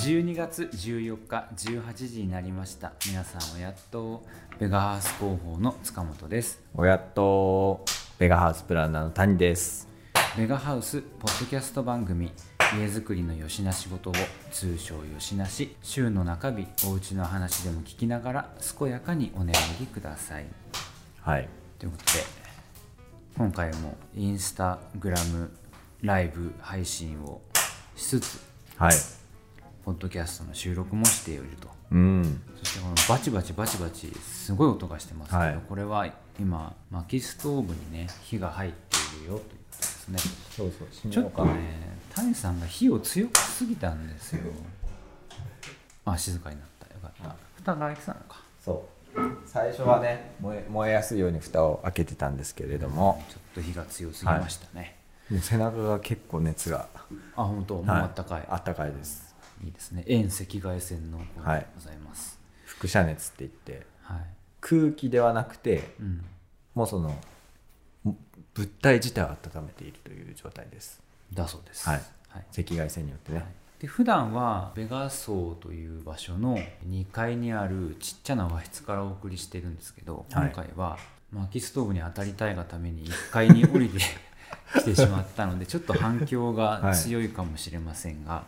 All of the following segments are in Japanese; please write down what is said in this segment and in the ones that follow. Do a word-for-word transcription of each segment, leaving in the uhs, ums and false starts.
じゅうにがつじゅうよっかじゅうはちじになりました。皆さんおやっと。ベガハウス広報の塚本です。 おやっと。ベガハウスプランナーの谷です。 ベガハウスポッドキャスト番組、家づくりのよしな仕事を通称よしなし、週の中日おうちの話でも聞きながら健やかにお眠りください。 はい。 ということで、今回もインスタグラムライブ配信をしつつ、 はい。 ポッドキャストの収録もしていると。 うん。 そしてこのバチバチバチバチすごい音がしてますけど、はい、これは今薪ストーブにね火が入っているよということですね。 そうそう。 ちょっとね、谷さんが火を強くすぎたんですよ。あ、静かになった。よかった。蓋が開いてたのか。 そう。最初はね、燃え、燃えやすいように蓋を開けてたんですけれども、 ちょっと火が強すぎましたね。 はい、もう背中が結構熱が。 あ、本当。もうあったかい。はい、 あったかいです。 いいですね。遠赤外線の方でございます。 はい、輻射熱って言って、 はい、 空気ではなくて、うん、もうその物体自体を温めているという状態です。 だそうです。 はいはい、赤外線によってね。はい、 で普段はベガ荘という場所のにかいにあるちっちゃな和室からお送りしてるんですけど、今回は薪ストーブに当たりたいがためにいっかいに降りてきてしまったのでちょっと反響が強いかもしれませんが、はい、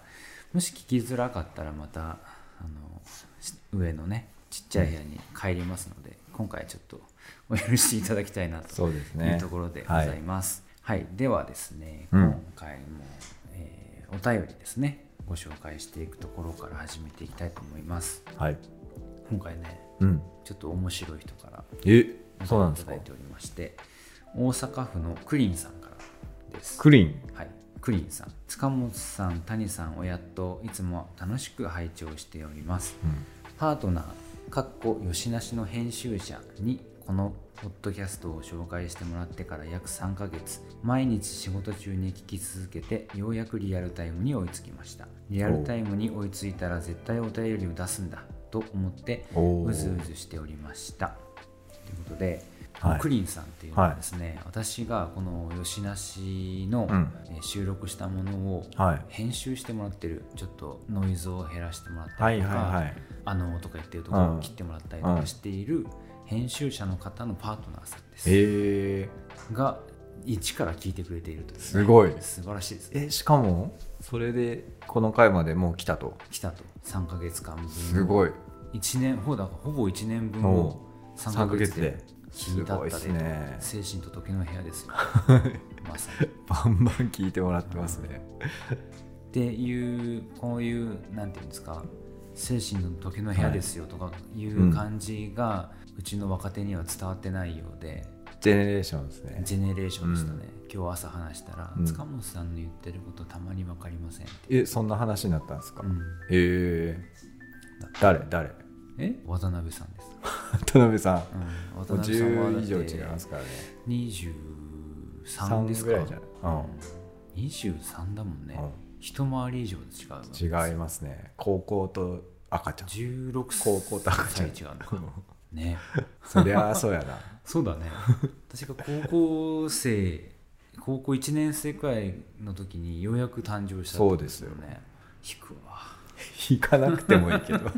もし聞きづらかったらまたあの上のねちっちゃい部屋に帰りますので、今回ちょっとお許しいただきたいなというところでございます。はい、はい、ではですね、うん、今回も、えー、お便りですねご紹介していくところから始めていきたいと思います。はい、今回ね、うん、ちょっと面白い人からえそうなんいただいておりまして、大阪府のクリンさんからです。 クリン、 はい、クリンさん、塚本さん、谷さん、おやっといつも楽しく拝聴しております。うん、パートナーかっこよしなしの編集者にこのポッドキャストを紹介してもらってから約さんかげつ、毎日仕事中に聞き続けてようやくリアルタイムに追いつきました。リアルタイムに追いついたら絶対お便りを出すんだと思ってうずうずしておりました。ということで、はい、クリンさんっていうのはですね、はい、私がこのよしなしの、うん、収録したものを編集してもらってる、ちょっとノイズを減らしてもらったりとか、はいはいはい、あのとか言ってるところを切ってもらったりとかしている編集者の方のパートナーさんです、 へーが一から聞いてくれているという、ね、 すごい素晴らしいですね。 えしかもそれでこの回までもう来たと来たとさんかげつかんぶん、すごいいちねんほぼほぼいちねんぶんをさんかげつで聞いたったで、ね、精神と時の部屋ですよまさにバンバン聞いてもらってますねっていうこういうなんていうんですか、精神の時の部屋ですよとかいう感じが、はい、うん、うちの若手には伝わってないようで、 ジェネレーションですね。 ジェネレーションでしたね、うん、今日朝話したら、うん、塚本さんの言ってることたまに分かりませんって。 えそんな話になったんですか。うん、へえ誰誰え渡辺さんです渡辺さん、 うん、渡辺さんはじゅう以上違いますからね。 にじゅうさんですか。 ぐらいじゃない、うん、 にじゅうさんだもんね、うん、一回り以上違う。違いますね。高校と赤ちゃん、 じゅうろくさい高校と赤ちゃん違うのかねそりゃそうやなそうだね私が高校生高校いちねん生くらいの時にようやく誕生したんですよね。そうですよね。引くわ引かなくてもいいけど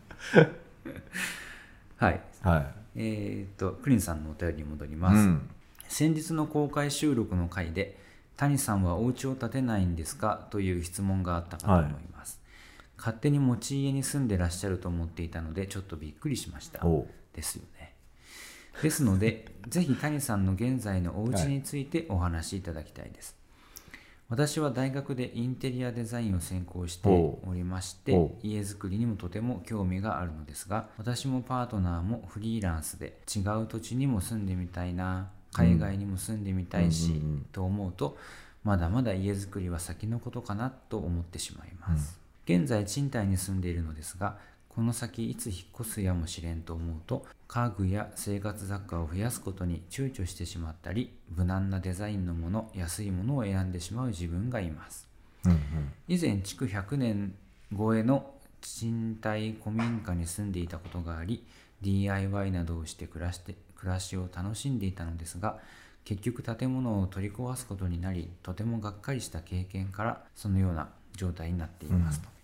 はい、 はい、 えー、っとクリンさんのお便りに戻ります、うん、先日の公開収録の回で谷さんはお家を建てないんですかという質問があったかと思います、はい、勝手に持ち家に住んでらっしゃると思っていたのでちょっとびっくりしました。ですよね。ですのでぜひ谷さんの現在のお家についてお話しいただきたいです、はい、私は大学でインテリアデザインを専攻しておりまして、家づくりにもとても興味があるのですが、私もパートナーもフリーランスで違う土地にも住んでみたいな、海外にも住んでみたいし、うん、と思うとまだまだ家づくりは先のことかなと思ってしまいます、うん、現在賃貸に住んでいるのですが、この先いつ引っ越すやもしれんと思うと家具や生活雑貨を増やすことに躊躇してしまったり、無難なデザインのもの、安いものを選んでしまう自分がいます、うんうん、以前築ひゃくねん超えの賃貸古民家に住んでいたことがあり、 ディーアイワイ などをして暮らして暮らしを楽しんでいたのですが、結局建物を取り壊すことになり、とてもがっかりした経験からそのような状態になっていますと、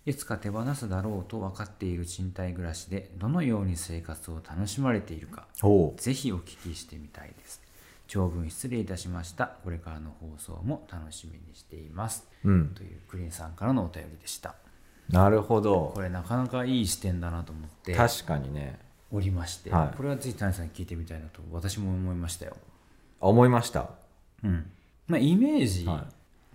いつか手放すだろうと分かっている賃貸暮らしでどのように生活を楽しまれているか、ぜひお聞きしてみたいです。長文失礼いたしました。これからの放送も楽しみにしています、うん、というクリンさんからのお便りでした。 なるほど。 これなかなかいい視点だなと思って確かにねおりまして、はい、これはぜひ谷さんに聞いてみたいなと私も思いましたよ。 思いました。 うん。まあイメージ、はい、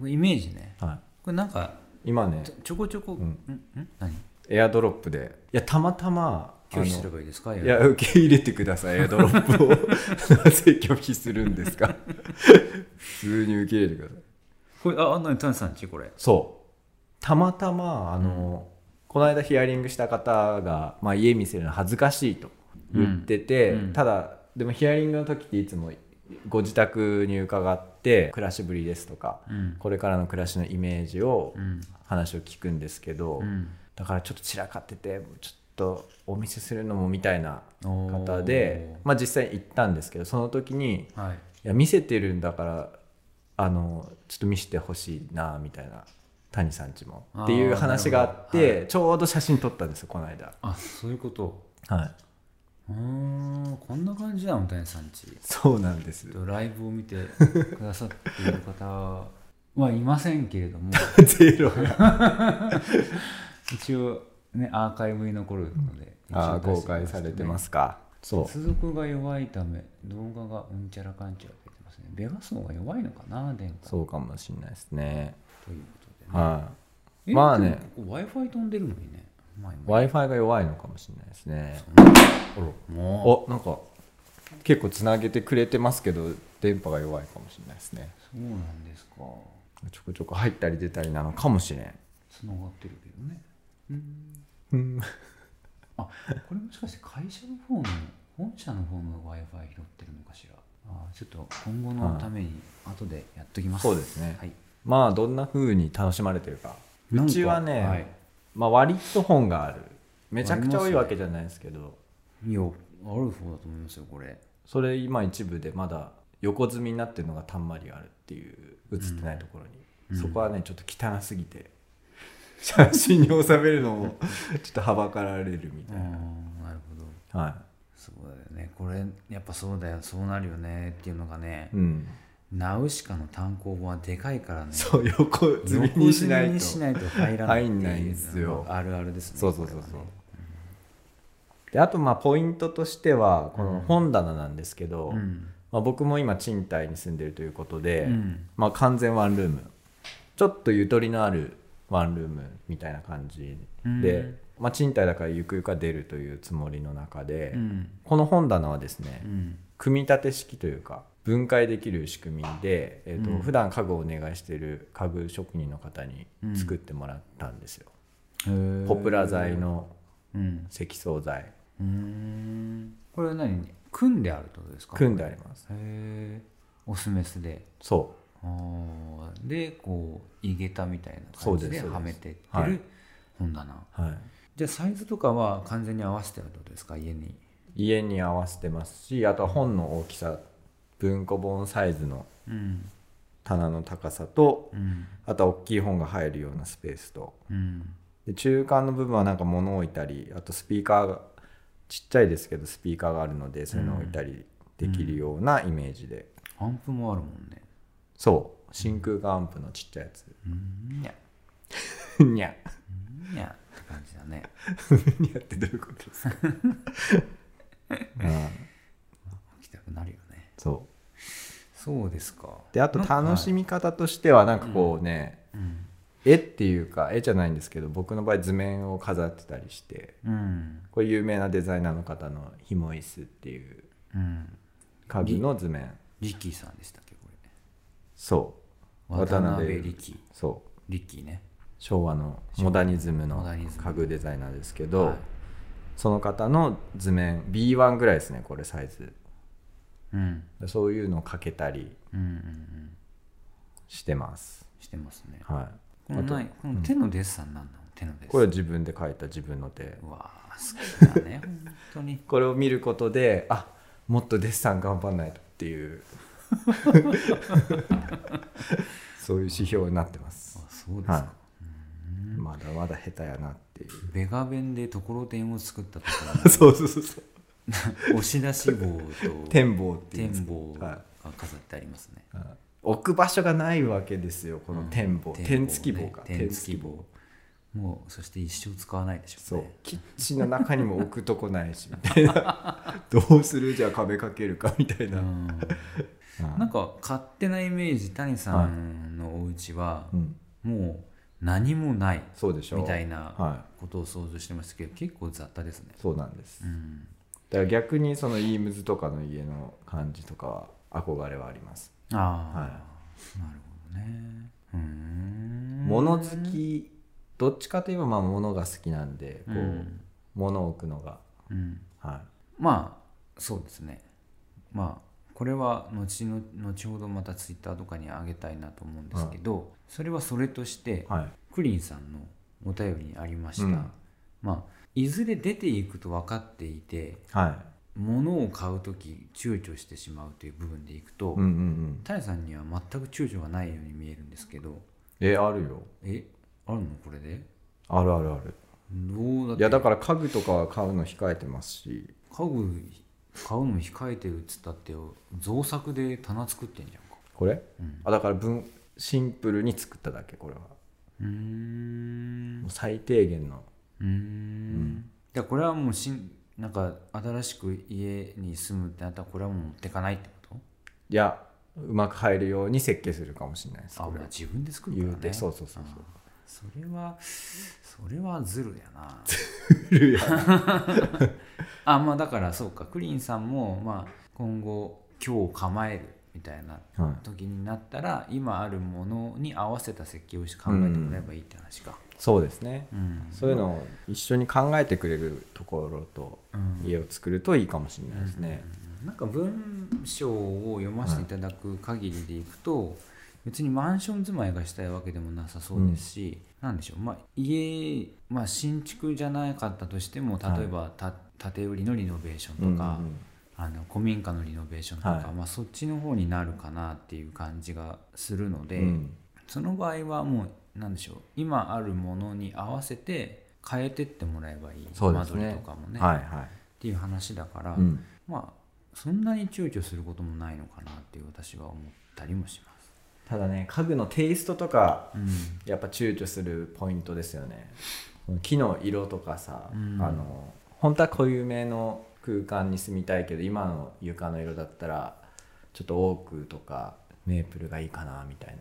イメージね、はい、これなんか今ねちょこちょこ、うん、んん何エアドロップでいやたまたま拒否すればいいですか？ いや受け入れてくださいエアドロップをなぜ拒否するんですか普通に受け入れてください。 これああんなに谷さんちこれそうたまたまあの、うん、この間ヒアリングした方が、まあ、家見せるの恥ずかしいと言ってて、うんうん、ただでもヒアリングの時っていつもご自宅に伺って暮らしぶりですとか、うん、これからの暮らしのイメージを、うん、話を聞くんですけど、うん、だからちょっと散らかっててちょっとお見せするのもみたいな方で、まあ、実際行ったんですけどその時に、はい、いや見せてるんだからあのちょっと見せてほしいなみたいな谷さんちもっていう話があって、はい、ちょうど写真撮ったんですよこの間。 あそういうこと。 はい。 あこんな感じなの谷さんち。 そうなんです。 ライブを見てくださっている方はいませんけれどもゼロ一応ねアーカイブに残るので一応、 ね、あ公開されてますか。 そう接続が弱いため動画がうんちゃらかんちゃら出てますね。ベガ層が弱いのかな電波。 そうかもしれないですね。 ということでね、 はい、まあね Wi-Fi 飛んでるのにね Wi-Fi が弱いのかもしれないですね。 もうおなんか結構つなげてくれてますけど電波が弱いかもしれないですね。 そうなんですか。 ちょこちょこ入ったり出たりなのかもしれん。 つながってるけどね。うんうんあこれもしかして会社の方の本社の方の Wi-Fi 拾ってるのかしら。あちょっと今後のために後でやっときます。 そうですね、 はい、 まあどんな風に楽しまれてるか。うちはね、はいまあ、割と本がある。めちゃくちゃ多いわけじゃないですけど、 いやある方だと思いますよこれ。 それ今一部でまだ横積みになってるのがたんまりあるっていう映ってないところに、うん、そこはねちょっと汚すぎて写真に収めるのもちょっとはばかられるみたいな。なるほど。はい。 そうだよねこれやっぱそうだよそうなるよねっていうのがね、 うん、 ナウシカの単行本はでかいからね。 そう横積みにしないとしないと入らないっていう入んないんですよ。 あるあるですね。 そうそうそうそう、ねうん、であとまあポイントとしてはこの本棚なんですけど、うんまあ、僕も今賃貸に住んでるということで、うんまあ、完全ワンルームちょっとゆとりのあるワンルームみたいな感じで、うんまあ、賃貸だからゆくゆくは出るというつもりの中で、うん、この本棚はですね、うん、組み立て式というか分解できる仕組みで、えーとうん、普段家具をお願いしている家具職人の方に作ってもらったんですよ、うん、ポプラ材の積層材、 うん、うんこれは何組んであるってことですか？ 組んであります。 へオスメスでそうあでこう井桁みたいな感じではめてってる本棚、 はい、 じゃあサイズとかは完全に合わせてあるってことですか？家に家に合わせてますしあとは本の大きさ文庫本サイズの棚の高さと、うん、あとは大きい本が入るようなスペースと、うん、で中間の部分はなんか物を置いたりあとスピーカーがちっちゃいですけどスピーカーがあるのでそういうのを置いたりできるようなイメージで、 うん、アンプもあるもんね。 そう真空管アンプのちっちゃいやつ。 うんにゃにゃにゃって感じだね。 にゃってどういうことですか？ うん、置きたくなるよね。 そうそうですか。 であと楽しみ方としてはなんかこうね、うんうん、絵っていうか絵じゃないんですけど僕の場合図面を飾ってたりして、うん、これ有名なデザイナーの方のヒモイスっていう家具の図面、 リッキーさんでしたっけこれ？ そう渡辺リッキー。 そうリッキーね昭和のモダニズムの家具デザイナーですけど、はい、その方の図面 ビーワン ぐらいですねこれサイズ、うん、そういうのをかけたりしてます、 うんうんうん、してますね、 はい、 このないこの手のデッサンなんだ、うん、手のデッサンこれは自分で描いた自分の手。 うわ好きだね本当にこれを見ることであもっとデッサン頑張んないとっていうそういう指標になってます。 あそうですか、はい、まだからまだ下手やなっていうベガ弁でところてんを作ったところそうそうそうそう押し出し棒と天棒っていう天棒が飾ってありますね、 はい、置く場所がないわけですよこの天棒、うん、天付き棒か天付き棒もうそして一生使わないでしょうね。 そうキッチンの中にも置くとこないしみたいなどうするじゃあ壁かけるかみたいな、うん、 なんか勝手なイメージ谷さんのお家はもう何もないみたいなことを想像してましたけど、結構雑多ですね。 そうなんです、うん、だから逆にそのイームズとかの家の感じとかは憧れはあります。 ああ、はい、なるほどね。うーん物好きどっちかといえばまあ物が好きなんでこう、うん、物を置くのが、うんはい、 まあそうですね。まあこれは後の後ほどまたツイッターとかにあげたいなと思うんですけど、はい、それはそれとして、はい、クリンさんのお便りにありました、うん、まあいずれ出ていくと分かっていて、はい、物を買うとき躊躇してしまうという部分でいくと、うんうんうん、谷さんには全く躊躇がないように見えるんですけど。 えあるよ。 えあるのこれで。 あるあるある。どうだって。いやだから家具とかは買うの控えてますし。 家具買うの控えてるっつったって造作で棚作ってんじゃんかこれ、うん、あだから分シンプルに作っただけこれは。 うーんもう最低限のうーん、うん、だこれはもうしんなんか新しく家に住むってなったらこれはもう持ってかないってこと。 いやうまく入るように設計するかもしれないです。 あこれは自分で作るからね。言うてそうそうそうそう。 それはそれはズルやなズルやなあまあだからそうかクリンさんもまあ今後今日構えるみたいな時になったら、はい、今あるものに合わせた設計をして考えてもらえばいいって話か、うん、 そうですね、うん、そういうのを一緒に考えてくれるところと家を作るといいかもしれないですね、 うんうん、なんか文章を読ませていただく限りでいくと、はい別にマンション住まいがしたいわけでもなさそうですし、うん、なんでしょう、まあ、家、まあ、新築じゃなかったとしても例えば、はい、建て売りのリノベーションとか、うんうん、あの古民家のリノベーションとか、はいまあ、そっちの方になるかなっていう感じがするので、うん、その場合はもうなんでしょう今あるものに合わせて変えてってもらえばいい、 そうですね、 間取りとかもね、 はいはい、 っていう話だから、うん、まあそんなに躊躇することもないのかなっていう私は思ったりもします。 ただね家具のテイストとか、うん、やっぱ躊躇するポイントですよね。木の色とかさ、うん、あの本当は固有名の空間に住みたいけど今の床の色だったらちょっとオークとかメープルがいいかなみたいな。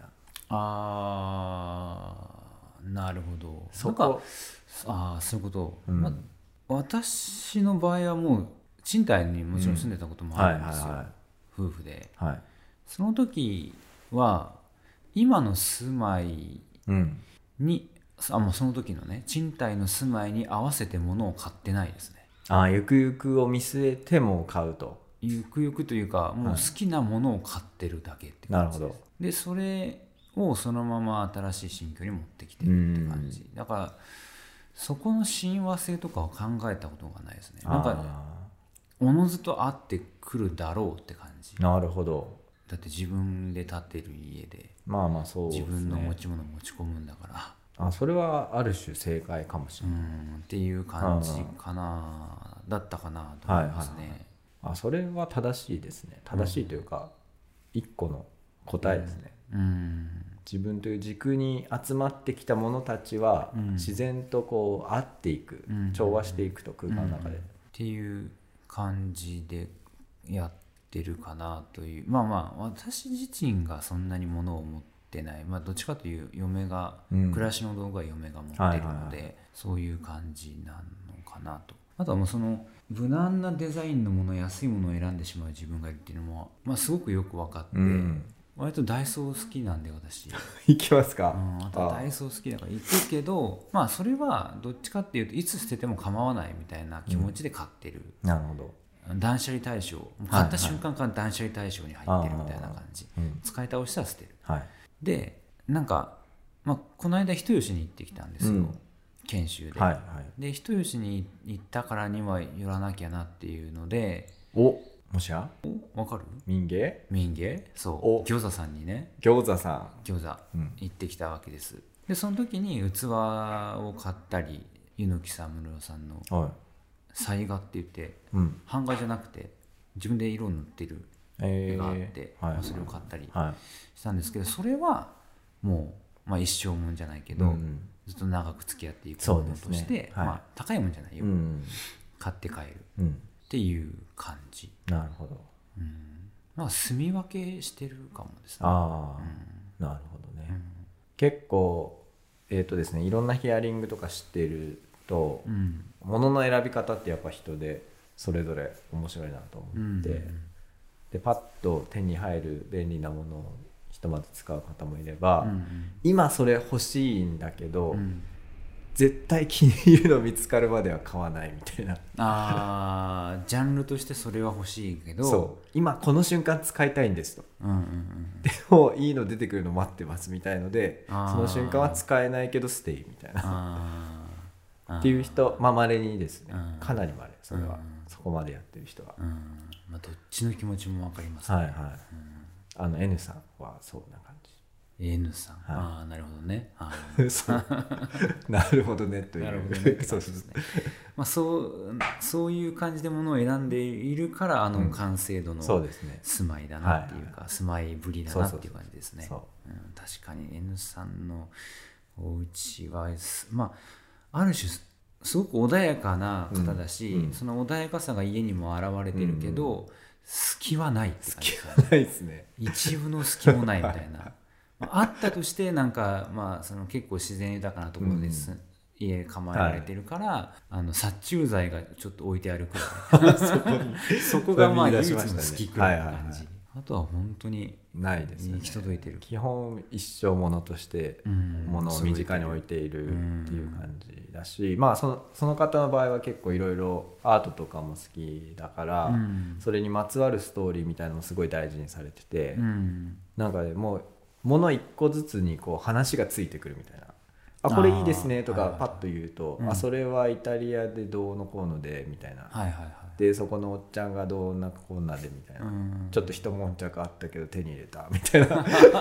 あーなるほど。 そこあそういうこと、うんま、私の場合はもう賃貸にもちろん住んでたこともあるんですよ、うんはいはいはい、夫婦で、はい、その時は今の住まいに、うん、あもうその時のね賃貸の住まいに合わせて物を買ってないですね。 あゆくゆくを見据えても買うと。 ゆくゆくというかもう好きなものを買ってるだけって感じです、はい、なるほど。でそれをそのまま新しい新居に持ってきてるって感じだからそこの親和性とかを考えたことがないですね。なんかおのずと合ってくるだろうって感じ。 なるほど。 だって自分で建ってる家でまあまあそうですね、 自分の持ち物持ち込むんだからあそれはある種正解かもしれない、うん、 っていう感じかなだったかなと思いますね、はいはいはい、 あそれは正しいですね。正しいというか、うん、一個の答えですね、うんうん、自分という軸に集まってきた者たちは自然とこう合っていく、うん、調和していくと空間の中で、うんうん、 っていう感じでやってるかなという。まあまあ私自身がそんなに物を持ってない、まあ、どっちかという嫁が、うん、暮らしの道具は嫁が持ってるので、はいはいはい、そういう感じなのかなと。あとはもうその無難なデザインのもの安いものを選んでしまう自分がいるっていうのも、まあ、すごくよく分かって、うん、割とダイソー好きなんで私行きますか、 うん、あとダイソー好きだから行くけどまあそれはどっちかっていうといつ捨てても構わないみたいな気持ちで買ってる、 うん、なるほど。 断捨離対象買った瞬間から断捨離対象に入ってるみたいな感じ、はいはい、使い倒したら捨てる、はい、でなんか、まあ、この間人吉に行ってきたんですよ、うん、研修で、はいはい、で人吉に行ったからには寄らなきゃなっていうのでおもしやわかる民芸民芸そう餃子さんにね餃子さん餃子、うん、行ってきたわけです。 でその時に器を買ったり、柚木さん室さんの彩画って言って、うん、版画じゃなくて自分で色を塗ってる絵があって、えーはい、それを買ったりしたんですけど、それはもう、まあ、一生もんじゃないけど、うん、ずっと長く付き合っていくものとして、ねはいまあ、高いもんじゃないよ、うん、買って帰るっていう感じ、 うん、なるほど、 うん、まあ住み分けしてるかもですね。 あ、うん、なるほどね、うん、結構えーとですね、いろんなヒアリングとか知っていると、うん、物の選び方ってやっぱ人でそれぞれ面白いなと思って、うん、でパッと手に入る便利なものをひとまず使う方もいれば、うん、今それ欲しいんだけど、うん、絶対気に入るの見つかるまでは買わないみたいなあジャンルとしてそれは欲しいけどそう今この瞬間使いたいんですと、うんうんうん、でもいいの出てくるの待ってますみたいのでその瞬間は使えないけどステイみたいなっていう人まあ稀にですねかなり稀それは、うん、そこまでやってる人は、うんまあ、どっちの気持ちも分かりますね、 はいはいうんあの N さんはそうな感じ N さん、はい、ああなるほどねそうなるほどねというなるほどねそうですねまあそうそういう感じでものを選んでいるからあの完成度の住まいだなっていうか、うん、住まいぶりだなっていう感じですね。そうそうそう、うん、確かに N さんのお家はまあある種すごく穏やかな方だし、うんうん、その穏やかさが家にも現れてるけど、うんうん、隙はないって感じですね。 隙はないですね。 一部の隙もないみたいなまあ、あったとしてなんか、まあ、その結構自然豊かなところです、うん、家構えられてるから、はい、あの殺虫剤がちょっと置いてあるくらいそ, こそこがまあ唯一の隙くらいの感じ、はいはいはい、あとは本当にないですね。 行き届いてる。 基本一生ものとして物を身近に置いているっていう感じだし、うん、まあその、その方の場合は結構いろいろアートとかも好きだから、うん、それにまつわるストーリーみたいなのもすごい大事にされてて、うん、なんかもう物一個ずつにこう話がついてくるみたいな、あこれいいですねとかパッと言うと、あそれはイタリアでどうのこうのでみたいな、はいはいはい、でそこのおっちゃんがどんなこんなでみたいな、ちょっと一悶着あったけど手に入れたみたい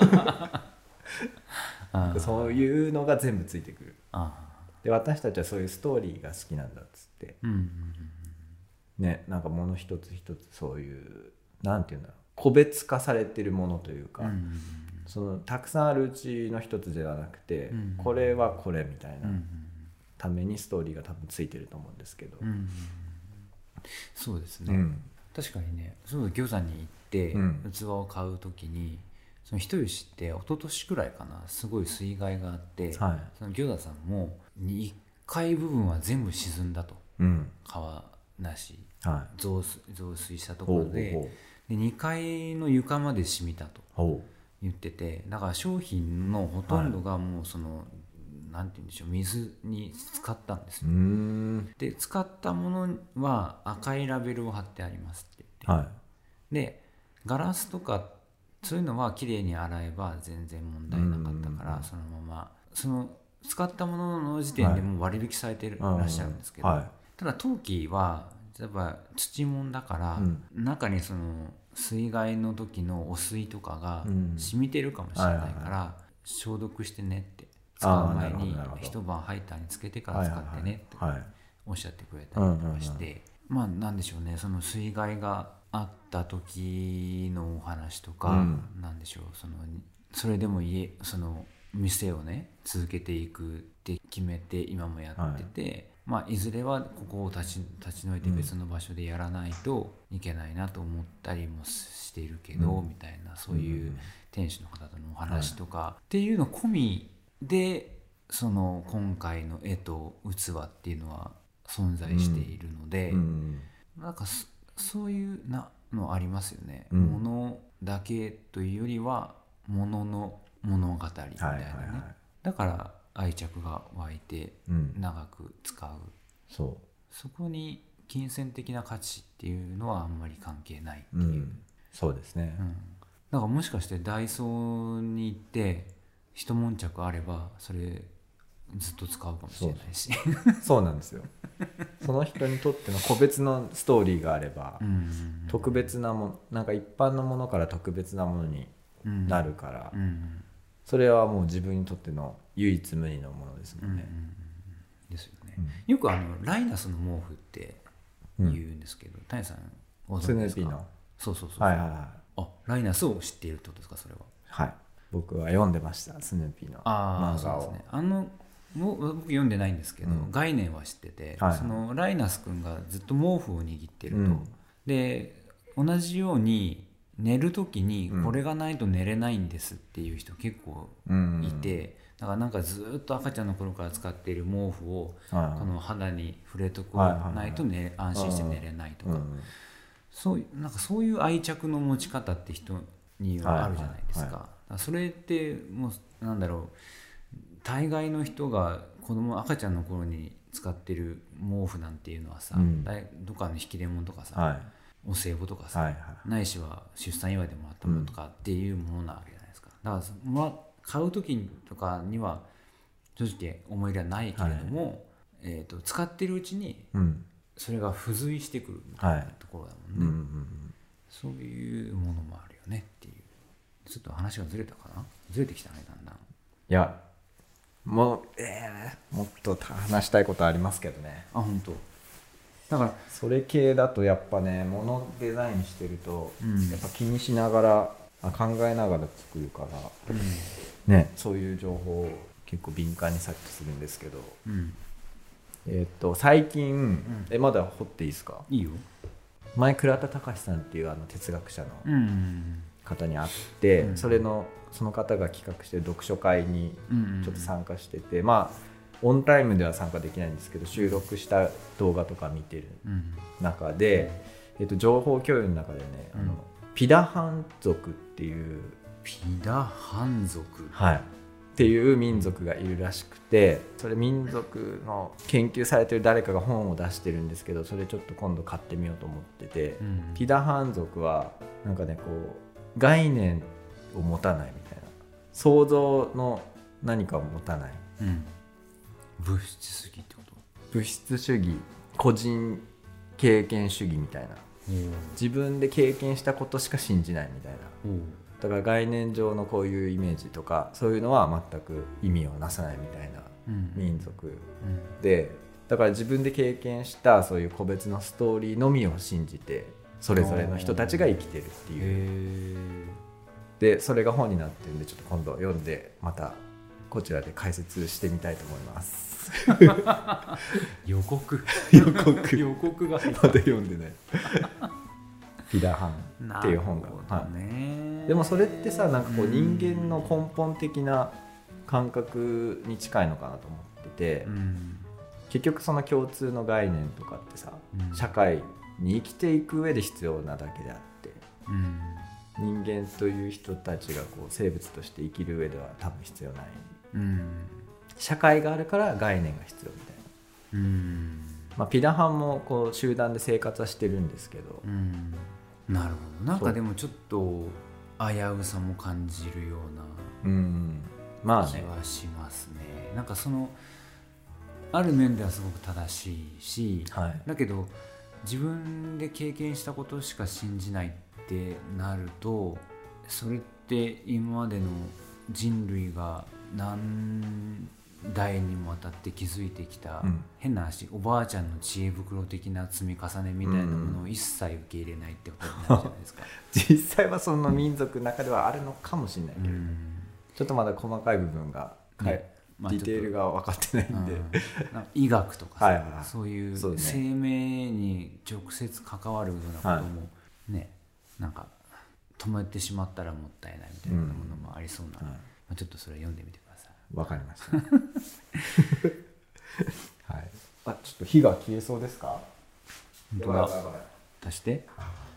なそういうのが全部ついてくる。で私たちはそういうストーリーが好きなんだっつって、うんうんうん、ね、なんか物一つ一つそういうなんていうんだろう個別化されてるものというか、うんうんうん、そのたくさんあるうちの一つではなくて、うん、これはこれみたいなためにストーリーが多分ついてると思うんですけど、うん、 そうですね、うん、確かにね、そう餃子に行って器を買うときに、その人吉って一昨年くらいかな、すごい水害があって、はい、その餃子さんもいっかい部分は全部沈んだと、うん、川なし、はい、増水、増水したところで、ほうほうほう、でにかいの床まで染みたと言ってて、だから商品のほとんどがもうその、はい、なんて言うんでしょう、水に浸かったんですよ。うーんで使ったものは赤いラベルを貼ってありますって言って、はい、でガラスとかそういうのはきれいに洗えば全然問題なかったから、そのままその使ったものの時点でもう割引されてらっしゃるんですけど、はい、ただ陶器は例えば土もんだから、うん、中にその水害の時の汚水とかが染みてるかもしれないから、消毒してねって使う前に一晩ハイターにつけてから使ってねっておっしゃってくれたりとかして、まあなんでしょうね、その水害があった時のお話とか、うん、なんでしょう、そのそれでも家その店をね続けていくって決めて今もやってて、はい、まあ、いずれはここを立ち、立ち退いて別の場所でやらないといけないなと思ったりもしているけど、うん、みたいなそういう店主の方とのお話とか、はい、っていうの込みでその今回の絵と器っていうのは存在しているので、うん、なんか そ, そういうなのありますよね、うん、物だけというよりは物の物語みたいなね、はいはいはい、だから愛着が湧いて長く使う、うん、そう、そこに金銭的な価値っていうのはあんまり関係ないっていう、うん、 そうですね、うん、 だからもしかしてダイソーに行って一悶着あればそれずっと使うかもしれないし、 そう、そうなんですよその人にとっての個別のストーリーがあれば、うんうんうん、特別なもの、なんか一般のものから特別なものになるから、うんうんうん、それはもう自分にとっての唯一無二のものですもんね、 うんうんうん、ですよね、 うん、 よくあのライナスの毛布って言うんですけど、谷さんご存知ですか？ スヌーピーのそうそうそうそう、 はいはいはい、 あ、ライナスを知っているってことですか？それは。 はい、僕は読んでましたスヌーピーの漫画を。 そうですね、あのも僕読んでないんですけど、うん、概念は知ってて、はいはい、そのライナス君がずっと毛布を握ってると、うん、で同じように寝る時にこれがないと寝れないんですっていう人結構いて、うん、だからなんかずっと赤ちゃんの頃から使っている毛布をこの肌に触れとかないと、ね、安心して寝れないとか、うん、そうなんかそういう愛着の持ち方って人にはあるじゃないですか、はいはいはい、それってもうなんだろう、大概の人が子供赤ちゃんの頃に使ってる毛布なんていうのはさ、うん、どっかの引き出物とかさ、はい、お歳暮とかさ、はいはい、ないしは出産祝いでもらったものとかっていうものなわけじゃないですか。だから、まあ、買う時とかには正直思い入れはないけれども、はい、えーと、使ってるうちにそれが付随してくるみたいなところだもんね、はい、うんうんうん、そういうものもあるよねっていう。ちょっと話がずれたかな、ずれてきたね、だんだん。 いやもう、えー、もっと話したいことありますけどね。 あ、本当。だからそれ系だとやっぱね、物デザインしてると、うん、やっぱ気にしながらあ考えながら作るから、うんね、そういう情報を結構敏感に察知するんですけど、うん、えー、っと最近、うん、えまだ掘っていいですか？ いいよ。 前倉田隆さんっていうあの哲学者の方に会って、うん、それのその方が企画してる読書会にちょっと参加してて、うんうん、まあオンタイムでは参加できないんですけど、収録した動画とか見てる中で、うん、えっと、情報共有の中でね、うん、あのピダハン族っていうピダハン族、 はい、っていう民族がいるらしくて、それ民族の研究されてる誰かが本を出してるんですけど、それちょっと今度買ってみようと思ってて、うん、ピダハン族はなんかね、こう概念を持たないみたいな、想像の何かを持たない、うん、 物質主義ってこと？ 物質主義、個人経験主義みたいな、自分で経験したことしか信じないみたいな、だから概念上のこういうイメージとかそういうのは全く意味をなさないみたいな民族で、だから自分で経験したそういう個別のストーリーのみを信じてそれぞれの人たちが生きてるっていう。でそれが本になってるんで、ちょっと今度読んでまたこちらで解説してみたいと思います予告予告予告がまだ読んでないピダハンっていう本が、はい、でもそれってさ、なんかこう人間の根本的な感覚に近いのかなと思ってて、うん、結局その共通の概念とかってさ、うん、社会に生きていく上で必要なだけであって、うん、人間という人たちがこう生物として生きる上では多分必要ない、うん、社会があるから概念が必要みたいな、うんまあ、ピダハンもこう集団で生活はしてるんですけど、うん、 なるほど。なんかでもちょっと危うさも感じるような気はしますね。うん、まあね、なんかそのある面ではすごく正しいし、はい、だけど自分で経験したことしか信じないってなると、それって今までの人類が何代にもわたって築いてきた、うん、変な話、おばあちゃんの知恵袋的な積み重ねみたいなものを一切受け入れないってことになるじゃないですか、 うん、実際はその民族の中ではあるのかもしれないけど、うん、ちょっとまだ細かい部分が、ね、はい、まあ、ディテールが分かってないんで、うん、 医学とかさ、はいはいはい、そういう生命に直接関わるようなことも、はい、ね、なんか止めてしまったらもったいないみたいなものもありそうな、うん、はい、まあ、ちょっとそれ読んでみてください。 わかりましたはい、あ、ちょっと火が消えそうですか？ 本当だ。足して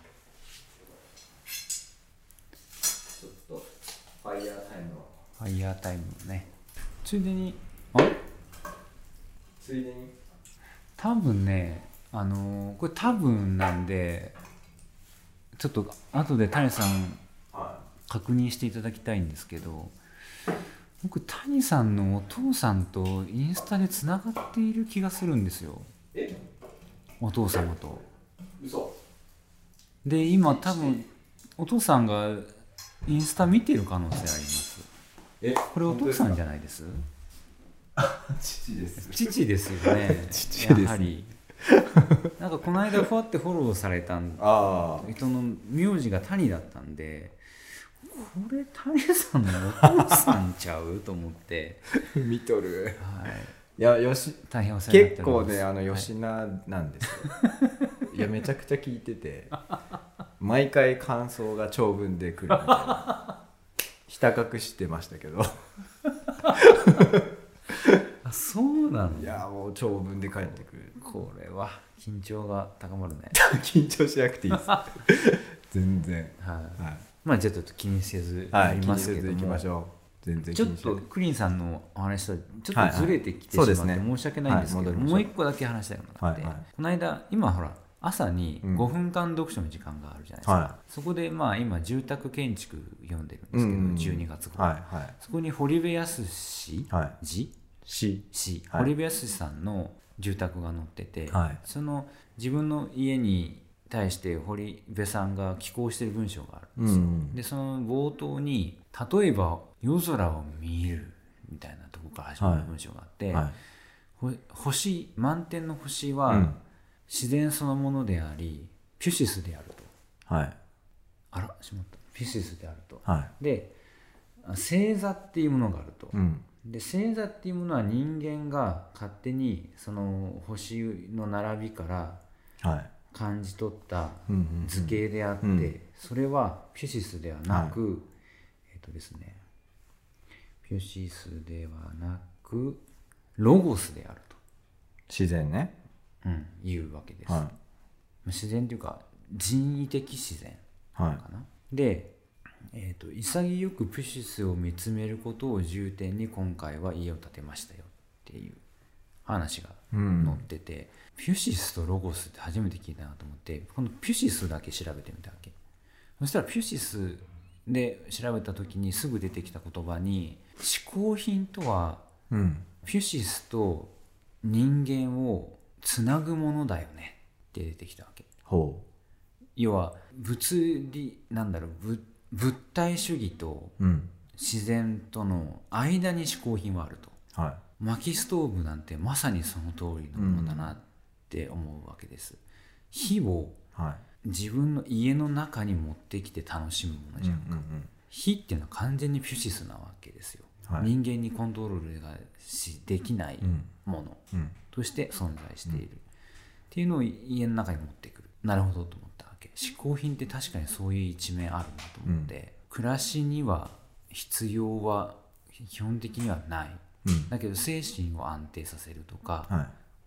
ちょっとファイヤータイムをファイヤータイムをね、ついでに、あついでに多分ね、あのー、これ多分なんでちょっと後で谷さん確認していただきたいんですけど、僕谷さんのお父さんとインスタでつながっている気がするんですよ。え？お父様と。 嘘。 で今多分お父さんがインスタ見てる可能性あります。え？これお父さんじゃないです？ 父です父ですよね父ですねやはりなんかこの間ふわってフォローされたあ人の名字が谷だったんで、これ谷さんのお父さんちゃうと思って見とる、 はい、 いやよし大変お世話になって結おります。 構ねあの吉名なんですよ、はい、いやめちゃくちゃ聞いてて毎回感想が長文で来るみたいなひた隠してましたけどあそうなんだ。 いやもう長文で帰ってくる。 これは緊張が高まるね緊張しなくていいです全然はい、 はい、 まあじゃあちょっと気にせずはい、 やりますけども、 気にせず行きましょう。全然気ちょっにしなくてとクリンさんのお話とちょはいはいっとずれてきてしまってそうですね申し訳ないんですけど、 はい戻りましょうもう一個だけ話したいことがあって、 はいはいこの間今ほら朝にうんごふんかん読書の時間があるじゃないですか、 はそこでまあ今住宅建築読んでるんですけど、 うんうんうんじゅうにがつ頃、 はいはいそこに堀部康氏、 はい字し氏はい堀部康さんの住宅が載ってて、 はいその自分の家に対して堀部さんが寄稿している文章があるんですよ、 うんうんでその冒頭に例えば夜空を見るみたいなところから始まる文章があって、 はいほ星満天の星はうん自然そのものでありピュシスであると。 はいあらしまったピュシスであると。 はいで星座っていうものがあると、 うんで星座っていうものは人間が勝手にその星の並びからはい感じ取ったうんうんうん図形であって、 うんそれはピュシスではなく、えっとですねピュシスではなくロゴスである自然ねと、うん、いうわけです、 は自然というか人為的自然いはかな。で、えーと、潔くピュシスを見つめることを重点に今回は家を建てましたよっていう話がい、う載んってて、ピュシスとロゴスって初めて聞いたなと思ってこのピュシスだけ調べてみたわけ。そしたらピュシスで調べた時にすぐ出てきた言葉に嗜好品とはうんピュシスと人間をつなぐものだよねって出てきたわけ。 ほ要は物理なんだろうぶ物体主義とううん自然との間に嗜好品はあると。 は薪ストーブなんてまさにその通りのものだなって思うわけです、火をいはい自分の家の中に持ってきて楽しむものじゃんか、 うんうん火っていうのは完全にピュシスなわけですよ、 はい人間にコントロールがしできないうんものうんとして存在している、っていうのを家の中に持ってくる。なるほどと思ったわけ。嗜好品って確かにそういう一面あるなと思って、うん、暮らしには必要は基本的にはない、 うん、 だけど精神を安定させるとか、 はい、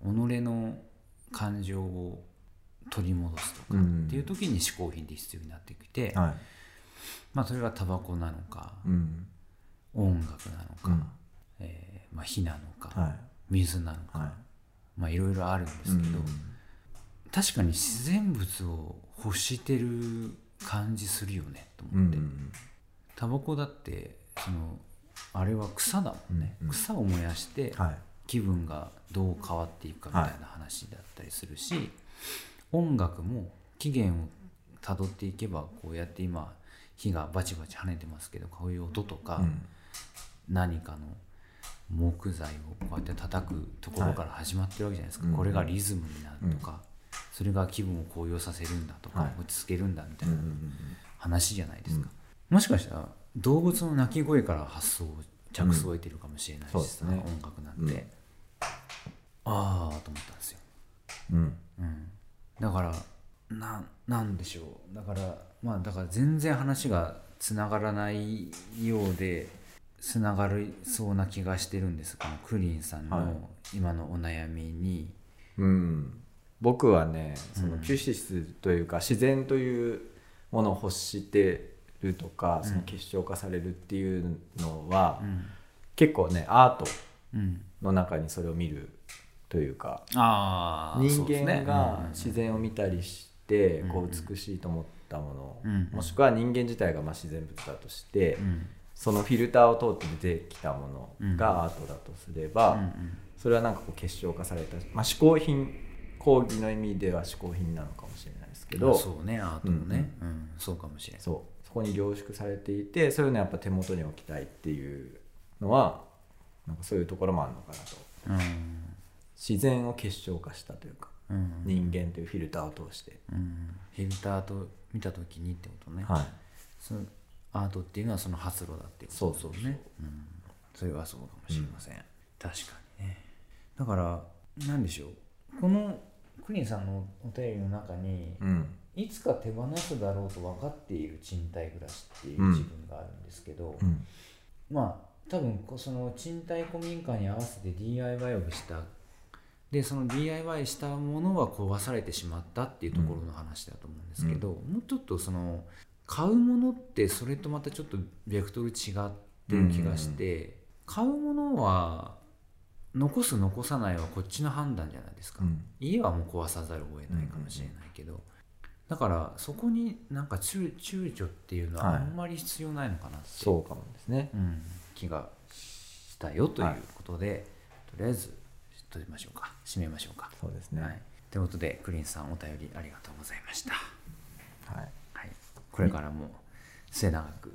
己の感情を取り戻すとかっていう時に嗜好品って必要になってきて、 はい、 まあ、それがタバコなのか、 うん、 音楽なのか、 うんえーまあ、火なのか、 はい、 水なのか、はい、まあいろいろあるんですけど、うん、確かに自然物を欲してる感じするよねと思って、うん、タバコだってそのあれは草だもんね、うんうん、草を燃やして気分がどう変わっていくかみたいな話だったりするし、はい、音楽も起源をたどっていけばこうやって今火がバチバチ跳ねてますけど、こういう音とか、うん、何かの木材をこうやって叩くところから始まってるわけじゃないですか、はい、これがリズムになるとか、うん、それが気分を高揚させるんだとか、はい、落ち着けるんだみたいな話じゃないですか、うん、もしかしたら動物の鳴き声から発想着想を得てるかもしれないしさ、うんね、音楽なんて、うん、ああと思ったんですよ、うんうん、だからな, なんでしょうだからまあだから全然話がつながらないようでつながりそうな気がしてるんです、このクリンさんの今のお悩みに、 はい、うん僕はねそのピュシスというか、うん、自然というものを欲してるとか、その結晶化されるっていうのは、うん、結構ねアートの中にそれを見るというか、うん、あ人間が自然を見たりしてこう美しいと思ったもの、うん、もしくは人間自体がまあ自然物だとして、うん、そのフィルターを通って出てきたものがアートだとすれば、うんうん、それはなんかこう結晶化された、まあ、嗜好品講義の意味では嗜好品なのかもしれないですけど、 そうねアートもね、うんうん、そうかもしれない。 そうそこに凝縮されていて、そういうのやっぱ手元に置きたいっていうのはなんかそういうところもあるのかなと、 うん、 自然を結晶化したというか、うん、人間というフィルターを通して、 うん、フィルターと見た時にってことね、 はい、 そのアートっていうのはその発露だっていうことですね。そうそうそう、うん、それはそうかもしれません、うん、確かにね。だから何でしょう、このクリンさんのお便りの中に、うん、いつか手放すだろうと分かっている賃貸暮らしっていう自分があるんですけど、うん、まあ多分その賃貸古民家に合わせて ディーアイワイ をしたで、その ディーアイワイ したものは壊されてしまったっていうところの話だと思うんですけど、うん、もうちょっとその買うものってそれとまたちょっとベクトル違ってる気がして、うん、買うものは残す残さないはこっちの判断じゃないですか、うん、家はもう壊さざるを得ないかもしれないけど、だからそこになんか躊躇っていうのはあんまり必要ないのかなって、はい、 そうかもですね、 うん、気がしたよということで、はい、とりあえず閉じましょうか、締めましょうか。 そうですね、 はい、ということでクリンさんお便りありがとうございました。 はい、 はい、これからも末永く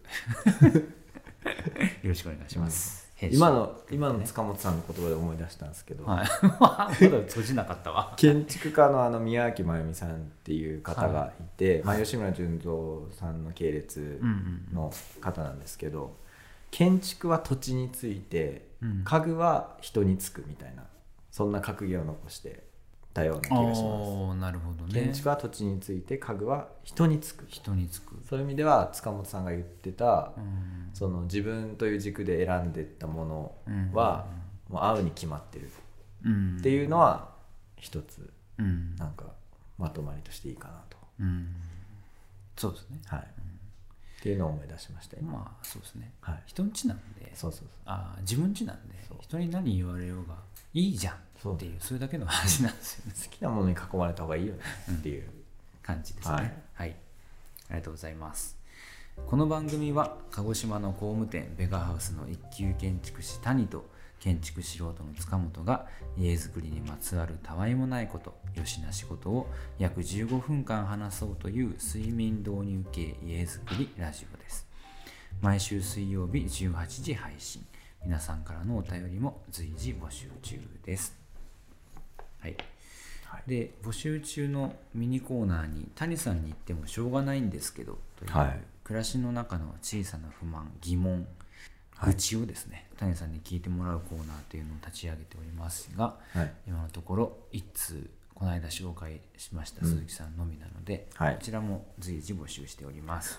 よろしくお願いします、 うん、今の今の塚本さんの言葉で思い出したんですけど、 はい、まだ閉じなかったわ建築家のあの宮脇真由美さんっていう方がいて、はい、まあ、吉村純三さんの系列の方なんですけど、うんうんうん、建築は土地について、うん、家具は人につくみたいな、そんな格言を残してたような気がします。 なるほどね。 建築は土地について、家具は人につく。 人につく。 そういう意味では塚本さんが言ってた、うん、その自分という軸で選んでいったものは、うん、もう合うに決まってる、うん、っていうのは一つ、うん、なんかまとまりとしていいかなと、 うん、そうですね、 はい、うん、っていうのを思い出しましたよ。 まあそうですね、 はい、 人んちなんで、 そうそうそう、 あ、自分ちなんで人に何言われようがいいじゃんっていう、それだけの話なんですよね。 好きなものに囲まれた方がいいよねっていう、うん、 感じですね、はい、はい、ありがとうございます。この番組は鹿児島の工務店ベガハウスの一級建築士谷と建築素人の塚本が家づくりにまつわるたわいもないこと、よしな仕事を約じゅうごふんかん話そうという睡眠導入系家づくりラジオです。毎週水曜日じゅうはちじ配信、皆さんからのお便りも随時募集中です。はい、はい、で募集中のミニコーナーに谷さんに言ってもしょうがないんですけどという、はい、暮らしの中の小さな不満、疑問、愚痴をですね、はい、谷さんに聞いてもらうコーナーというのを立ち上げておりますが、はい、今のところいっ通この間紹介しました鈴木さんのみなので、うん、こちらも随時募集しております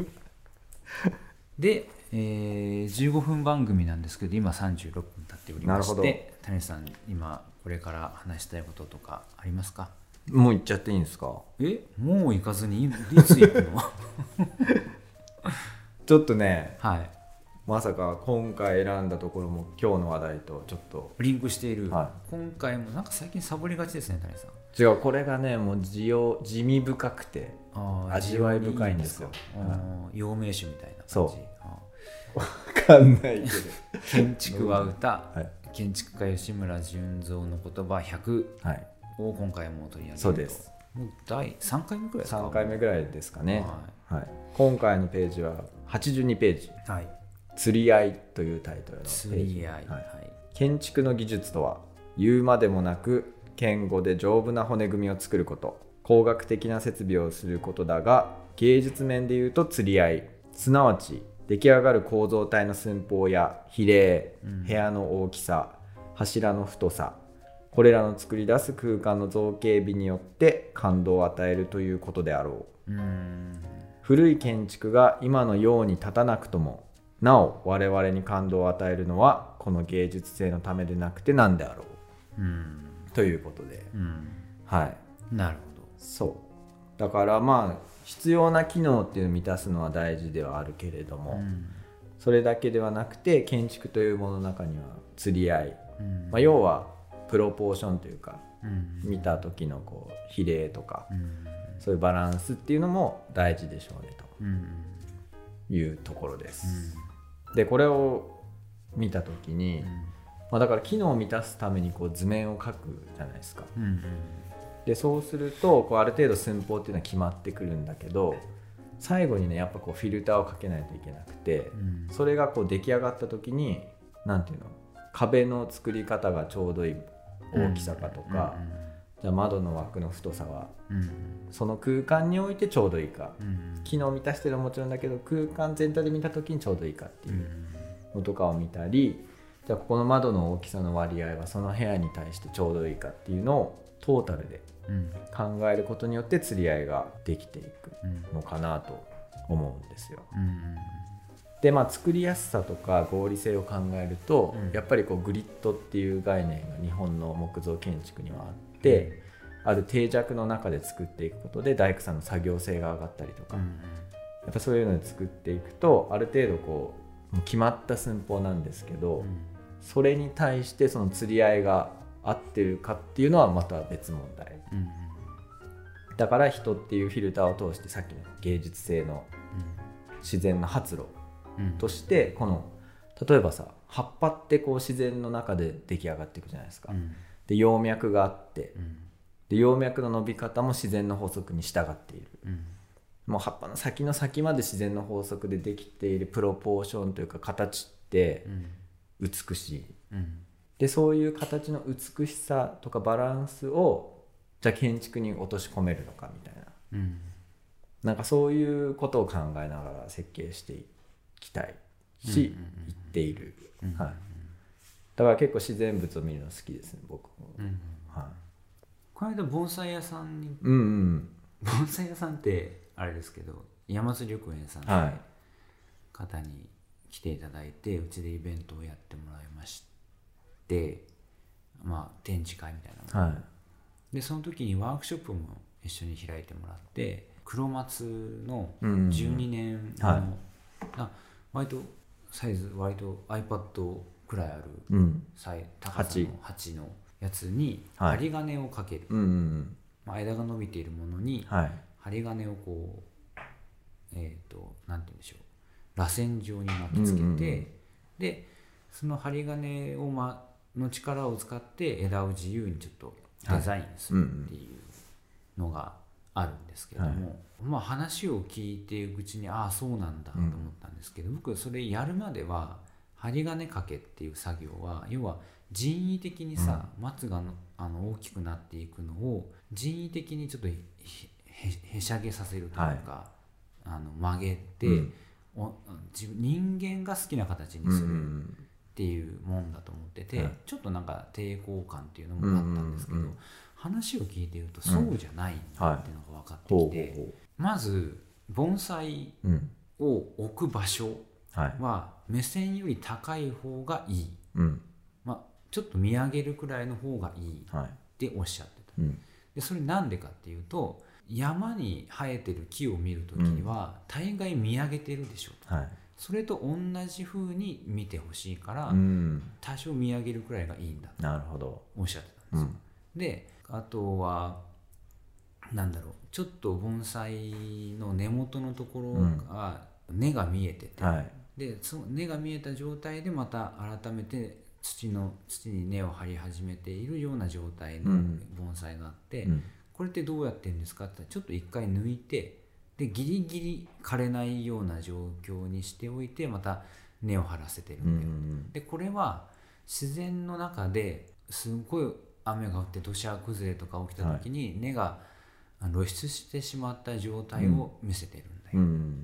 で、えー、じゅうごふん番組なんですけど今さんじゅうろっぷん経っておりまして、谷さん今これから話したいこととかありますか？ もう行っちゃっていいんですか？ え、もう行かずにいつ行くのちょっとね、 はい、 まさか今回選んだところも今日の話題とちょっとリンクしている、はい、今回もなんか最近サボりがちですね谷さん。 違う、これがねもう地を地味深くて味わい深いんですよ。 陽明酒みたいな感じ。 そう分かんないけど建築は歌、はい、建築家吉村純三の言葉ひゃくを今回も取り上げると、 そうです。 もうだいさんかいめぐらいですか？ さんかいめぐらいですかね、はいはい、今回のページははちじゅうにページ、はい、釣り合いというタイトルのページ。 釣り合い、はいはい、 建築の技術とは言うまでもなく堅固で丈夫な骨組みを作ること、工学的な設備をすることだが、芸術面でいうと釣り合い、すなわち出来上がる構造体の寸法や比例、うん、部屋の大きさ、柱の太さ、これらの作り出す空間の造形美によって感動を与えるということであろう。うーん、古い建築が今のように立たなくともなお我々に感動を与えるのはこの芸術性のためでなくて何であろう。うーん、ということで、うん、はい、 なるほど。 そうだからまあ必要な機能っていうのを満たすのは大事ではあるけれども、うん、それだけではなくて建築というものの中には釣り合い、うん、まあ、要はプロポーションというか、うん、見た時のこう比例とか、うん、そういうバランスっていうのも大事でしょうねというところです、うん、でこれを見た時に、うん、まあ、だから機能を満たすためにこう図面を描くじゃないですか、うんうん、でそうするとこうある程度寸法っていうのは決まってくるんだけど、最後にねやっぱこうフィルターをかけないといけなくて、うん、それがこう出来上がった時になんていうの壁の作り方がちょうどいい大きさかとか、うんうん、じゃあ窓の枠の太さは、うん、その空間においてちょうどいいか、うん、機能を満たしてるのはもちろんだけど空間全体で見た時にちょうどいいかっていうのとかを見たり、じゃあここの窓の大きさの割合はその部屋に対してちょうどいいかっていうのをトータルで考えることによって釣り合いができていくのかなと思うんですよ、うんうん、でまあ作りやすさとか合理性を考えると、うん、やっぱりこうグリッドっていう概念が日本の木造建築にはあって、うん、ある定着の中で作っていくことで大工さんの作業性が上がったりとか、うんうん、やっぱそういうので作っていくとある程度こう決まった寸法なんですけど、うん、それに対してその釣り合いが合ってるかっていうのはまた別問題、うんうん、だから人っていうフィルターを通してさっきの芸術性の自然の発露としてこの例えばさ葉っぱってこう自然の中で出来上がっていくじゃないですか、うん、で葉脈があって、うん、で葉脈の伸び方も自然の法則に従っている、うん、もう葉っぱの先の先まで自然の法則でできているプロポーションというか形って美しい、うん、でそういう形の美しさとかバランスをじゃあ建築に落とし込めるのかみたいな、うん、なんかそういうことを考えながら設計していきたいし、うんうんうん、言っている、うんうんうん、はい、だから結構自然物を見るの好きですね僕も、うんうん、はい、 この間盆栽屋さんに、 うんうん、 盆栽屋さんってあれですけど山津緑園さんの方に来ていただいて、はい、うちでイベントをやってもらいまして、まあ、展示会みたいなもの、はい、でその時にワークショップも一緒に開いてもらって黒松のじゅうにねんの、うんうん、はい、割とサイズ割と iPad くらいある、うん、高さのはちのやつに針金をかける、はい、うんうん、まあ、間が伸びているものに針金をこう、えーと、なんて言うんでしょう、螺旋状に巻きつけて、うんうん、でその針金を、ま、の力を使って枝を自由にちょっとデザインするっていうのがあるんですけども、はい、まあ、話を聞いていくうちにああそうなんだと思ったんですけど、うん、僕それやるまでは針金掛けっていう作業は要は人為的にさ、うん、松がのあの大きくなっていくのを人為的にちょっと へ, へ, へしゃげさせるというか、はい、あの曲げて、うん、お自分人間が好きな形にするっていうもんだと思ってて、うん、ちょっとなんか抵抗感っていうのもあったんですけど、うんうんうん、話を聞いているとそうじゃないんだっていうのが分かってきて、うん、はい、まず盆栽を置く場所は目線より高い方がいい、うん、まあ、ちょっと見上げるくらいの方がいいっておっしゃってた、うん、でそれなんでかっていうと山に生えてる木を見るときには大概見上げてるでしょと、はい、それと同じ風に見てほしいから、うん、多少見上げるくらいがいいんだとおっしゃってたんですよ、うん、であとはなんだろう、ちょっと盆栽の根元のところが根が見えてて、うん、はい、でその根が見えた状態でまた改めて土の土に根を張り始めているような状態の盆栽があって、うん、これってどうやってるんですかってちょっと一回抜いてでギリギリ枯れないような状況にしておいてまた根を張らせてるんだよ、うん、でこれは自然の中ですごい雨が降って土砂崩れとか起きた時に根が露出してしまった状態を見せてるんだよ、うん、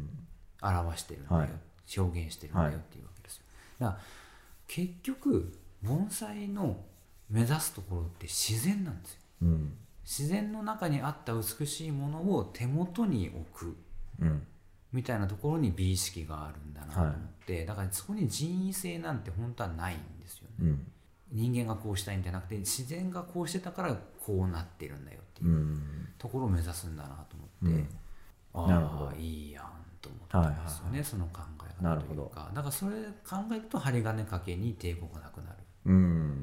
表してるんだよ、はい、表現してるんだよっていうわけですよ。だから結局盆栽の目指すところって自然なんですよ、うん、自然の中にあった美しいものを手元に置く、うん、みたいなところに美意識があるんだなと思って、はい、だからそこに人為性なんて本当はないんですよね、うん、人間がこうしたいんじゃなくて自然がこうしてたからこうなってるんだよっていうところを目指すんだなと思って、うん、ああいいやんと思ったんですよね、はいはいはい、その考え方というか、だからそれ考えると針金掛けに抵抗がなくなる、うん、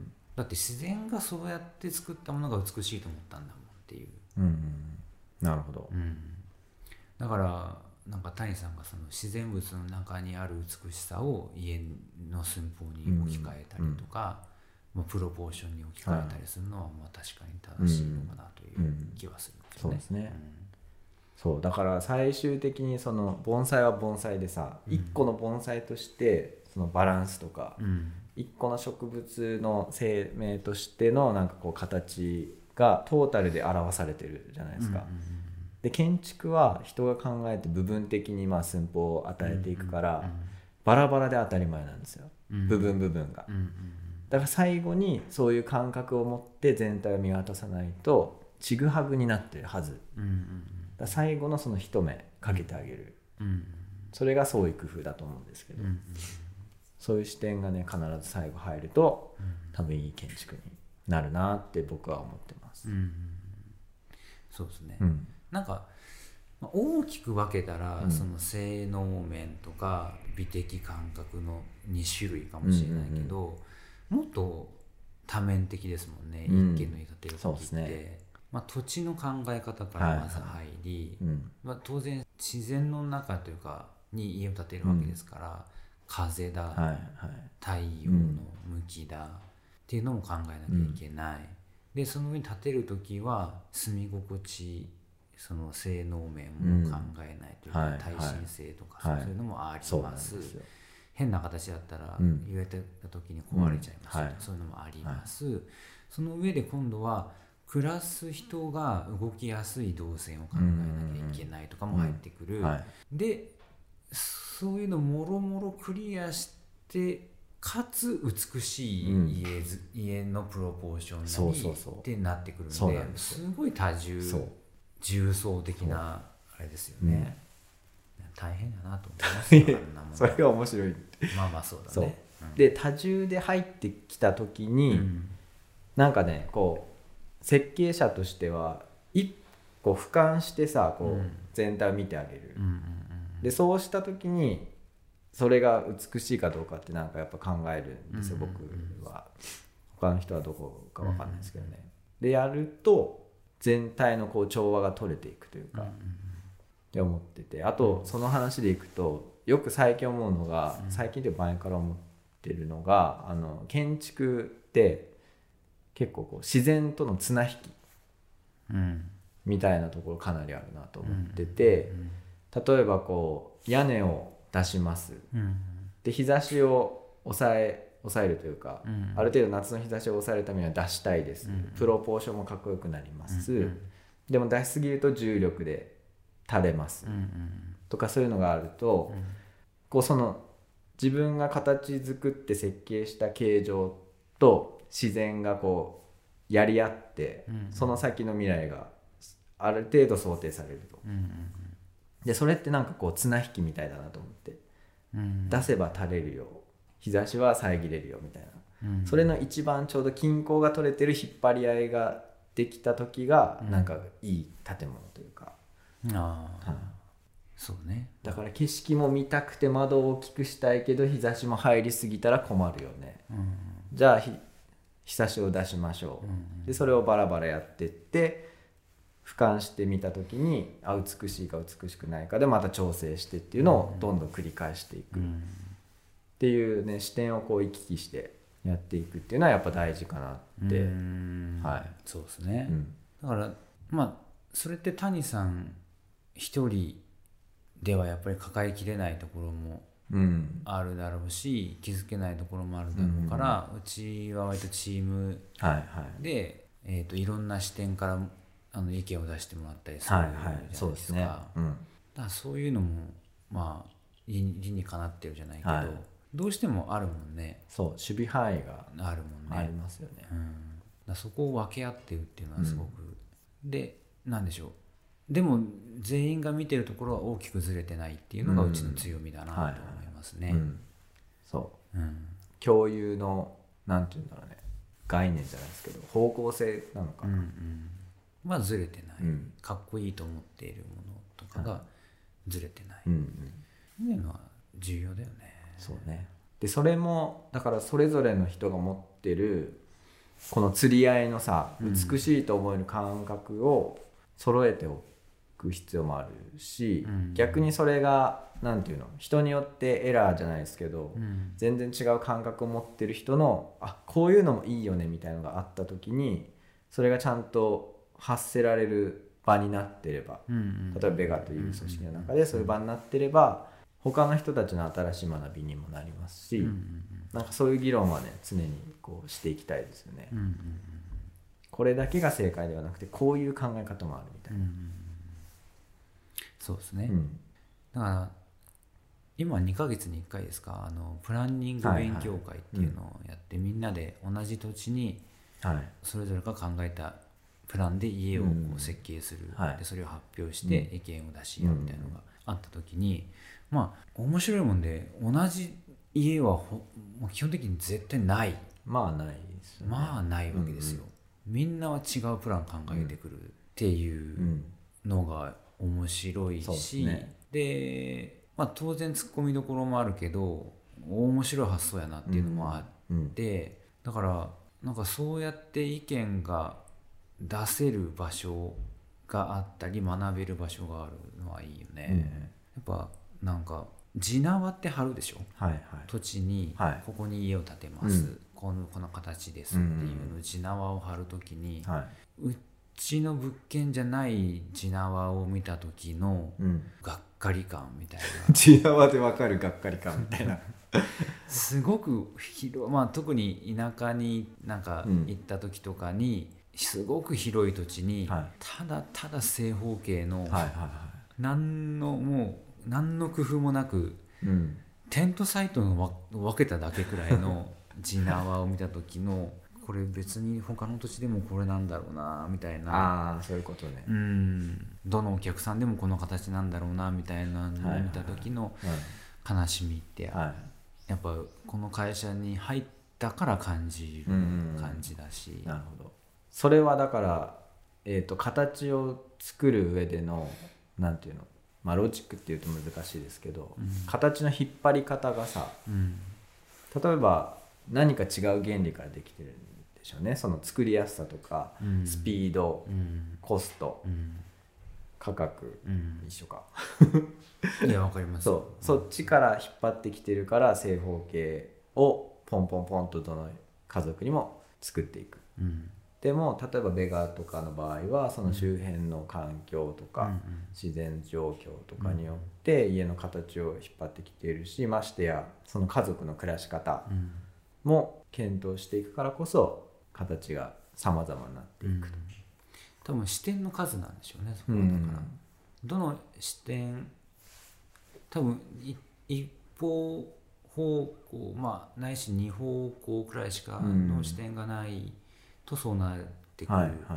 だって自然がそうやって作ったものが美しいと思ったんだもんっていう、うん、 なるほど、 うん、だからなんか谷さんがその自然物の中にある美しさを家の寸法に置き換えたりとか、うんうん、プロポーションに置き換えたりするのはまあ確かに正しいのかなという気はするんですよね、 そうですね、うん、そうだから最終的にその盆栽は盆栽でさ、うん、いっこの盆栽としてそのバランスとか、うん、 一個の植物の生命としてのなんかこう形がトータルで表されてるじゃないですか、うんうんうん、で建築は人が考えて部分的にまあ寸法を与えていくから、うんうんうん、バラバラで当たり前なんですよ、うんうん、部分部分が、うんうんうん、だから最後にそういう感覚を持って全体を見渡さないとちぐはぐになってるはず、うんうんうん、だから最後のその一目かけてあげる、うんうんうん、それが創意工夫だと思うんですけど、うんうん、そういう視点がね必ず最後入ると、うん、多分いい建築になるなって僕は思ってます、うんうん、 そうですね、うん、なんか大きく分けたら、うん、その性能面とか美的感覚のに種類かもしれないけど、うんうんうん、もっと多面的ですもんね、うん、一軒の家建てる時って、ね、まあ、土地の考え方からまず入り、はいはい、まあ、当然自然の中というかに家を建てるわけですから、うん、風だ、はいはい、太陽の向きだ、うん、っていうのも考えなきゃいけない、うん、でその上に建てる時は住み心地、その性能面も考えないというか、うん、耐震性とか、はい、そういうのもあります、はい、変な形だったら言われた時に壊れちゃいます、うん、はい、そういうのもあります、はい、その上で今度は暮らす人が動きやすい動線を考えなきゃいけないとかも入ってくる、うん、はい、でそういうのもろもろクリアしてかつ美しい 家,、うん、家のプロポーションなりってなってくるの で, ですごい多重重層的なあれですよね、うん、大変だなと思いますよそれが面白いまあまあそうだね、 うん、で多重で入ってきた時に、うん、なんかねこう設計者としては一個俯瞰してさこう、うん、全体を見てあげる、うんうんうん、でそうした時にそれが美しいかどうかってなんかやっぱ考えるんですよ、うんうんうん、僕は。他の人はどこか分かんないですけどね、うんうんうん、でやると全体のこう調和が取れていくというか、うんうんうん、って思ってて、あとその話でいくとよく最近思うのが、うん、最近で前から思ってるのがあの建築って結構こう自然との綱引きみたいなところかなりあるなと思ってて、うんうんうん、例えばこう屋根を出します、うん、で日差しを抑え抑えるというか、うん、ある程度夏の日差しを抑えるためには出したいです、うん、プロポーションもかっこよくなります、うん、でも出しすぎると重力で垂れます、うん、とかそういうのがあると、うん、こうその自分が形作って設計した形状と自然がこうやり合って、うん、その先の未来がある程度想定されると、うん、でそれってなんかこう綱引きみたいだなと思って、うん、出せば垂れるよ、日差しは遮れるよみたいな、うん、それの一番ちょうど均衡が取れてる引っ張り合いができた時がなんかいい建物というか、うん、ああ、うん、そうね、だから景色も見たくて窓を大きくしたいけど日差しも入りすぎたら困るよね、うん、じゃあ日差しを出しましょう、うん、でそれをバラバラやってって俯瞰してみた時にあ美しいか美しくないかでまた調整してっていうのをどんどん繰り返していく、うんっていうね視点をこう行き来してやっていくっていうのはやっぱ大事かなって、うん、はい、 そうですね、うん、だからまあそれって谷さん一人ではやっぱり抱えきれないところもあるだろうし、うん、気づけないところもあるだろうから、うん、うちは割とチームで、はいはい、えーと、いろんな視点からあの意見を出してもらったりするじゃないですか、はいはい、そうですね、うん、だからそういうのもまあ理にかなってるじゃないけど、はい、どうしてもあるもんね。 そう守備範囲があるもんね。 ありますよね、うん、 だそこを分け合ってるっていうのはすごく、うん、でなんでしょう、でも全員が見てるところは大きくずれてないっていうのがうちの強みだなと思いますね、うんはいはいうん、 そう、うん、共有のなんていうんだろうね概念じゃないですけど方向性なのかな、うんうん、 まあずれてない、うん、かっこいいと思っているものとかがずれてない、うんうん、っていうのは重要だよね。 そうね。でそれもだからそれぞれの人が持ってるこの釣り合いのさ、うん、美しいと思える感覚を揃えておく必要もあるし、うん、逆にそれがなんていうの人によってエラーじゃないですけど、うん、全然違う感覚を持ってる人のあこういうのもいいよねみたいなのがあった時にそれがちゃんと発せられる場になってれば、うんうん、例えばベガという組織の中でそういう場になってれば他の人たちの新しい学びにもなりますし、うんうんうん、 なんかそういう議論はね常にこうしていきたいですよね、 うんうんうん、 これだけが正解ではなくてこういう考え方もあるみたいな、うんうん、 そうですね、 うん、 だから今にかげつにいっかいですか、あのプランニング勉強会っていうのをやって、はいはい、うん、みんなで同じ土地にそれぞれが考えたプランで家をこう設計する、うん、でそれを発表して意見を出し合うみたいなのがあった時に、まあ面白いもんで同じ家はほ基本的に絶対ない、 まあないですね、 まあないわけですよ、うん、みんなは違うプラン考えてくるっていうのが面白いし、うん、ね、でまあ、当然ツッコミどころもあるけど面白い発想やなっていうのもあって、うん、だからなんかそうやって意見が出せる場所があったり学べる場所があるのはいいよね、うん、やっぱなんか地縄って張るでしょ、はいはい、土地にここに家を建てます、はい、この、この形ですっていうの地縄を張るときに、はい、うちの物件じゃない地縄を見た時のがっかり感みたいな、 地縄で分かるがっかり感みたいなすごく広、まあ、特に田舎になんか行った時とかに、うん、すごく広い土地に、はい、ただただ正方形の、はいはいはい、何のもう何の工夫もなく、うん、テントサイトの分けただけくらいの地縄を見た時のこれ別に他の土地でもこれなんだろうなみたいな、 あ、そういうことね、 うん、どのお客さんでもこの形なんだろうなみたいなのを見た時の悲しみって、はいはいはい、やっぱこの会社に入ったから感じる感じだし、うんうんうん、 なるほど。それはだから、えーと、形を作る上でのなんていうの、まあ、ロジックっていうと難しいですけど、うん、形の引っ張り方がさ、うん、例えば何か違う原理からできてるんでしょうね。その作りやすさとか、うん、スピード、うん、コスト、うん、価格、うん、一緒かいやわかります。 そう、そっちから引っ張ってきてるから正方形をポンポンポンとどの家族にも作っていく、うん、でも例えばベガとかの場合はその周辺の環境とか、うん、自然状況とかによって家の形を引っ張ってきているし、ましてやその家族の暮らし方も検討していくからこそ形が様々になっていくと、うん、 多分視点の数なんでしょうね。そこはだから、うん、どの視点、多分一方方向、まあないし二方向くらいしかの視点がないとそうなってくる、うん、はいはい、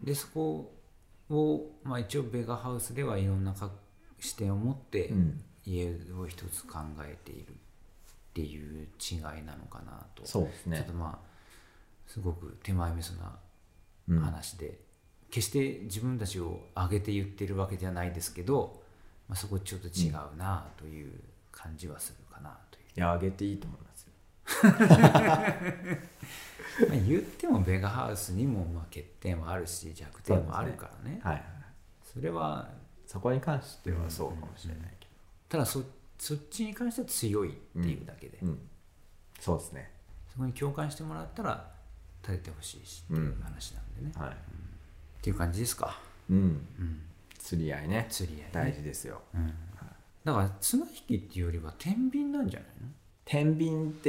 でそこを、まあ、一応ベガハウスではいろんな視点を持って家を一つ考えているっていう違いなのかなと。 そうですね。 ちょっとまあすごく手前味噌な話で、うん、決して自分たちを上げて言ってるわけではないですけど、まあ、そこちょっと違うなという感じはするかなという。 いや、上げていいと思いますよまあ言ってもベガハウスにもまあ欠点はあるし弱点もあるからね。はいはい、それはそこに関してはそうかもしれないけど、 ただ そ, そっちに関しては強いっていうだけで、うんうん、 そうですね。 そこに共感してもらったら立ててほしいしっていう話なんでね、うん、はい、うん、っていう感じですか。 うん、うん、釣り合いね。 釣り合い、ね、 大事ですよ、うん、はい、 だから綱引きっていうよりは天秤なんじゃないの。 天秤って、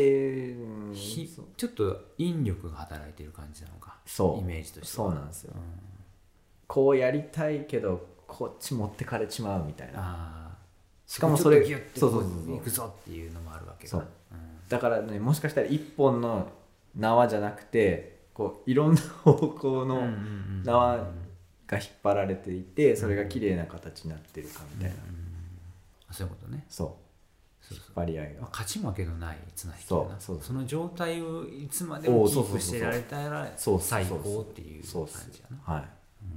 うん、ちょっと引力が働いてる感じなのか、 そうイメージとしては。そうなんですよ、うん、こうやりたいけどこっち持ってかれちまうみたいな。あ、しかもそれギュッとこういくぞっていうのもあるわけだ。そう、 うん、だからね、もしかしたら一本の縄じゃなくてこういろんな方向の縄が引っ張られていて、それが綺麗な形になってるかみたいな、うんうんうん、 そういうことね。 そう、そうそう、引っ張り合いが、 まあ、勝ち負けのない綱引きだな。そうそうそう、その状態をいつまでもキープしてられたら最高っていう感じだな。はい、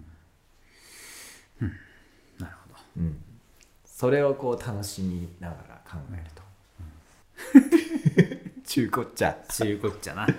うんうん、なるほど、 うん、それをこう楽しみながら考えると、うん、中古っちゃ中古っちゃなはい、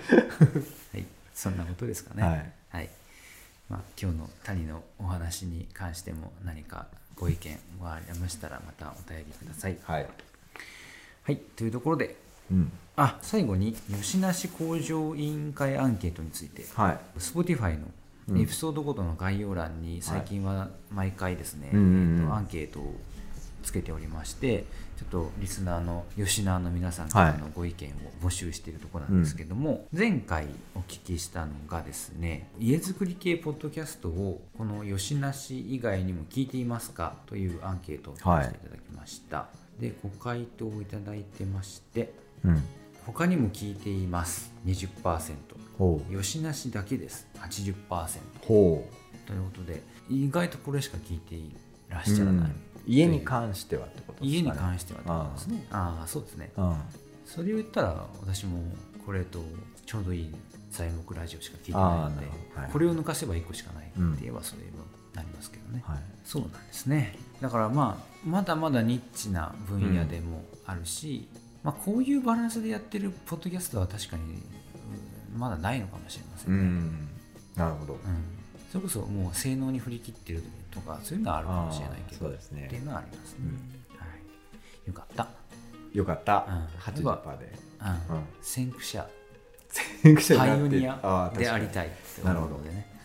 そんなことですかね。はい、はい、まあ、今日の谷のお話に関しても何かご意見がありましたらまたお便りください。はい、はい、というところで、うん、あ、最後に吉梨工場委員会アンケートについて、はい、Spotify のエピソードごとの概要欄に最近は毎回ですね、うん、アンケートをつけておりまして、ちょっとリスナーの吉ナーの皆さんからのご意見を募集しているところなんですけども、はい、うん、前回お聞きしたのがですね、家づくり系ポッドキャストをこの吉なし以外にも聞いていますかというアンケートを取らせていただきました、はい、でご回答をいただいてまして、うん、他にも聞いています にじゅっパーセント、 吉なしだけです はちじゅっパーセント ほうということで、意外とこれしか聞いていらっしゃらない、うん、 家に関してはってことですかね。 家に関してはってことですね。ああ、そうですね。ああ、それを言ったら私もこれとちょうどいい材木ラジオしか聞いてないので、はい、これを抜かせばいっこしかないって言えばそれはなりますけどね、うん、はい、そうなんですね。だからまあまだまだニッチな分野でもあるし、うん、まあ、こういうバランスでやってるポッドキャストは確かにまだないのかもしれませんね、うん、 なるほど、うん、 それこそもう性能に振り切ってるとかそういうのはあるかもしれないけど、 そうですね、 っていうのはありますね、うん、はい、よかったよかった、うん、はちじゅっパーセント で、 うんうん、先駆者先駆者パイオニアでありたいって思うのでね。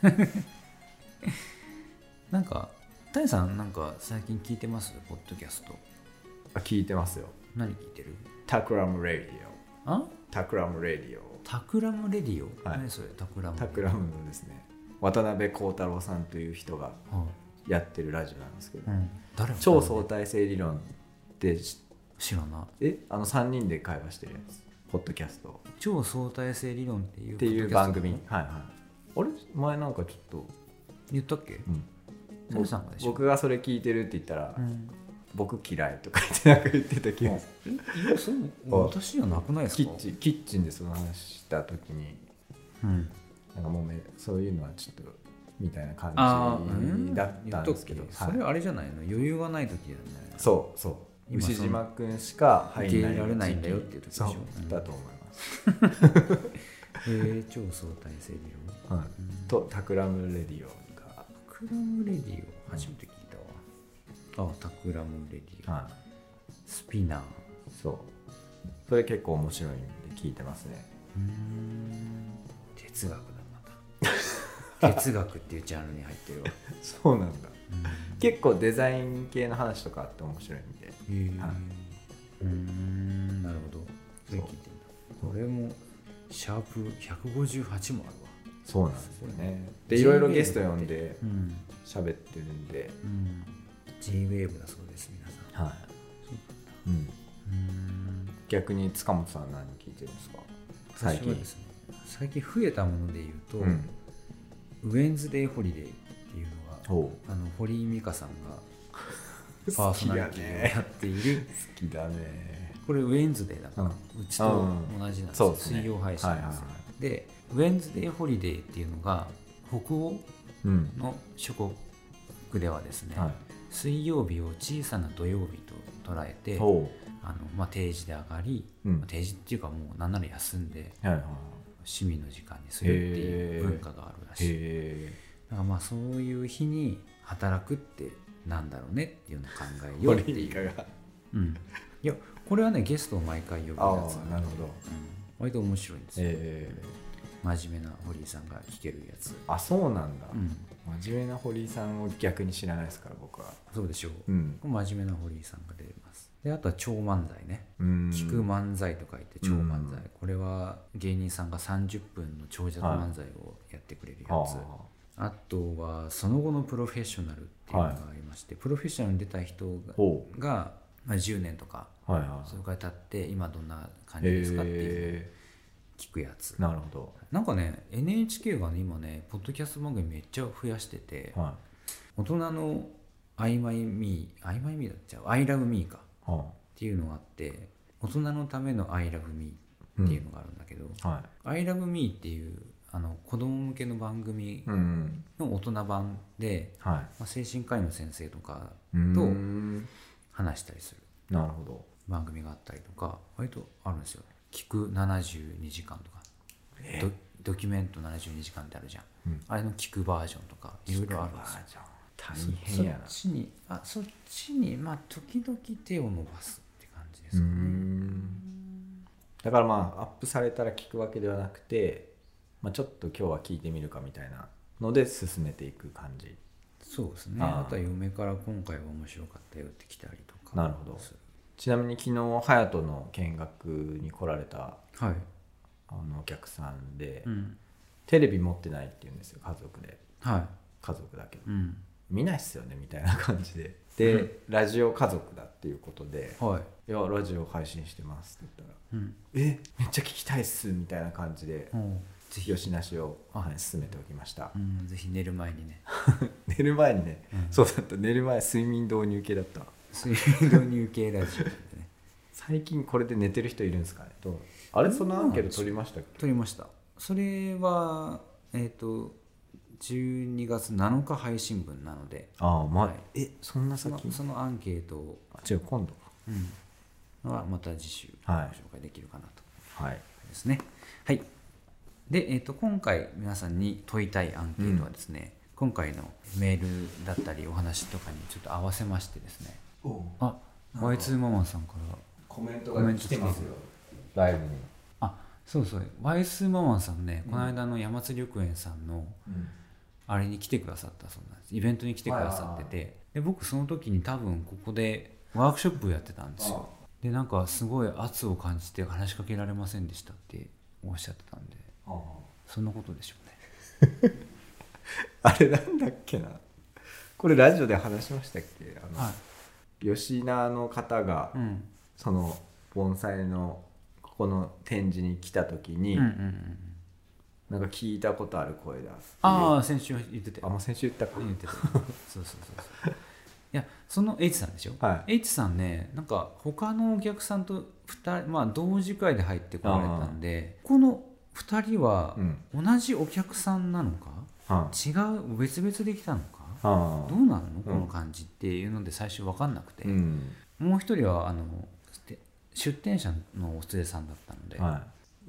なんか谷さん、なんか最近聞いてますポッドキャスト？ あ、聞いてますよ。 何聞いてる？ タクラムレディオ。 あ？ タクラムレディオ。 タクラムレディオ？ はい、 何それ？タクラム。 タクラムのですね、渡辺幸太郎さんという人がやってるラジオなんですけど、うん、誰？超相対性理論って知らない。 え、あのさんにんで会話してるやつ。ポッドキャスト。 超相対性理論っていうっていう番組。はいはい。あれ、前なんかちょっと言ったっけ？うん。 僕, 僕がそれ聞いてるって言ったら、うん、僕嫌いとか言ってなんか言ってた気がする。 いや、それ私じゃなくないですか？ キッチン、キッチンでその話した時に、うん、なんかもうめそういうのはちょっとみたいな感じだったんですけど、うん、 はい、それあれじゃないの、余裕がない時じゃない。 そうそう、牛島くんしか入んないられないんだよっていう時でしょ。 そうだと思います。 えー、超相対性理論、はい、うん、とタクラムレディオ。 タクラムレディオ初めて聞いたわ、うん、あ、タクラムレディオ、はい、スピナー、 そう、それ結構面白いんで聞いてますね。 うーん、哲学だ、また哲学っていうジャンルに入ってるわ。 そうなんだ、うん、結構デザイン系の話とかあって面白いんで、へー、はい、 うーん、なるほど、それ聞いてんだ。これもシャープひゃくごじゅうはちもあるわ。 そうなんですよね。で、いろいろゲスト呼んで喋ってるんで、うん、 ジェイウェーブ だそうです、皆さん。はい。 うん、うーん、逆に塚本さん何聞いてるんですか？最近。ですね、 最近増えたもので言うと、うん、ウェンズデイホリデーっていうのが、あの堀井美香さんがパーソナリティをやっている。 好きだね。 これウェンズデーだから、うん、うちと同じなんですよ、うん、水曜配信なんですよ。はいはいはい、でウェンズデーホリデーっていうのが北欧の諸国ではですね、うん、はい、水曜日を小さな土曜日と捉えて、あの、まあ、定時で上がり、うん、定時っていうかもうなんなら休んで、はいはい、趣味の時間にするっていう文化があるらしい。だからまあそういう日に働くってなんだろうねっていうのを考えようっていう、うん、いやこれはねゲストを毎回呼ぶやつなんで、 なるほど、うん、 割と面白いんですよ、えー、真面目な堀井さんが聞けるやつ。 あ、そうなんだ、うん、真面目な堀井さんを逆に知らないですから僕は。 そうでしょう、うん、真面目な堀井さんが出てます。であとは超漫才ね、聞く漫才と書いて超漫才、これは芸人さんがさんじゅっぷんの長尺漫才をやってくれるやつ、はい、あとはその後のプロフェッショナルっていうのがありまして、はい、プロフェッショナルに出た人が、がまあ、じゅうねんとか、はいはい、それから経って今どんな感じですかっていうのを聞くやつ。 なるほど。 なんかね エヌエイチケー がね今ねポッドキャスト番組めっちゃ増やしてて、はい、大人のアイマイミーアイマイミーだっちゃうアイラブミーか、はあ、っていうのがあって、大人のためのアイラブミーっていうのがあるんだけど、うん、はい、アイラブミーっていうあの子供向けの番組の大人版で、うん、はい、まあ、精神科医の先生とかと話したりするなるほど番組があったりとか割とあるんですよ。聞くななじゅうにじかんとか、ド, ドキュメントななじゅうにじかんってあるじゃん、うん、あれの聞くバージョンとかいろいろあるんですよ。 大変やな。 そっちにあそっちにまあ時々手を伸ばすって感じですかね。うーん、 だからまあアップされたら聞くわけではなくて、まあ、ちょっと今日は聞いてみるかみたいなので進めていく感じ。 そうですね。 あ, あとは嫁から今回は面白かったよって来たりとか、 か。 なるほど。ちなみに昨日隼人の見学に来られた、 はい、 あのお客さんで、 うん、 テレビ持ってないって言うんですよ、家族で、 はい、 家族だけど、 うん、見ないっすよねみたいな感じでで、うん、ラジオ家族だっていうことで、 はい、 いやラジオ配信してますって言ったら、うん、えめっちゃ聞きたいっすみたいな感じで、うん、ぜひよしなしを、はい、進めておきました、 うん、ぜひ寝る前にね寝る前にね、うん、そうだった、寝る前睡眠導入系だった、 睡眠導入系ラジオでね最近これで寝てる人いるんですかね。どうあれ、そのアンケート取りましたっけ。 取りました。それはえっ、ー、とじゅうにがつなのか配信分なので、 ああ、まあ、はい、えそんな先そ, のそのアンケートをあ違う今度、 うん、はまた次週ご紹介できるかなと、 はい、 ですね。はい。で、えー、と今回皆さんに問いたいアンケートはですね、うん、今回のメールだったりお話とかにちょっと合わせましてですね、あ ワイツー ママさんからコメントが来てますよ、ライブに。 あ、そうそう、ワイツー ママさんね、うん、この間の山津緑園さんの、うん、あれに来てくださったそうなんです。イベントに来てくださってて、で僕その時に多分ここでワークショップやってたんですよ。でなんかすごい圧を感じて話しかけられませんでしたっておっしゃってたんで、ああそんなことでしょうねあれなんだっけな、これラジオで話しましたっけ、あの、はい、吉名の方が、うん、その盆栽のここの展示に来た時に、うんうんうん、なんか聞いたことある声だ。 ああ先週言ってて、 あもう先週言ったか、 言ってたそうそうそうそういやその H さんでしょ、はい、H さんね、なんか他のお客さんとふたり、まあ、同時会で入ってこられたんで、このふたりは同じお客さんなのか、うん、違う別々で来たのか、うん、どうなのこの感じっていうので最初分かんなくて、うん、もう一人はあの出店者のお連れさんだったので、はい、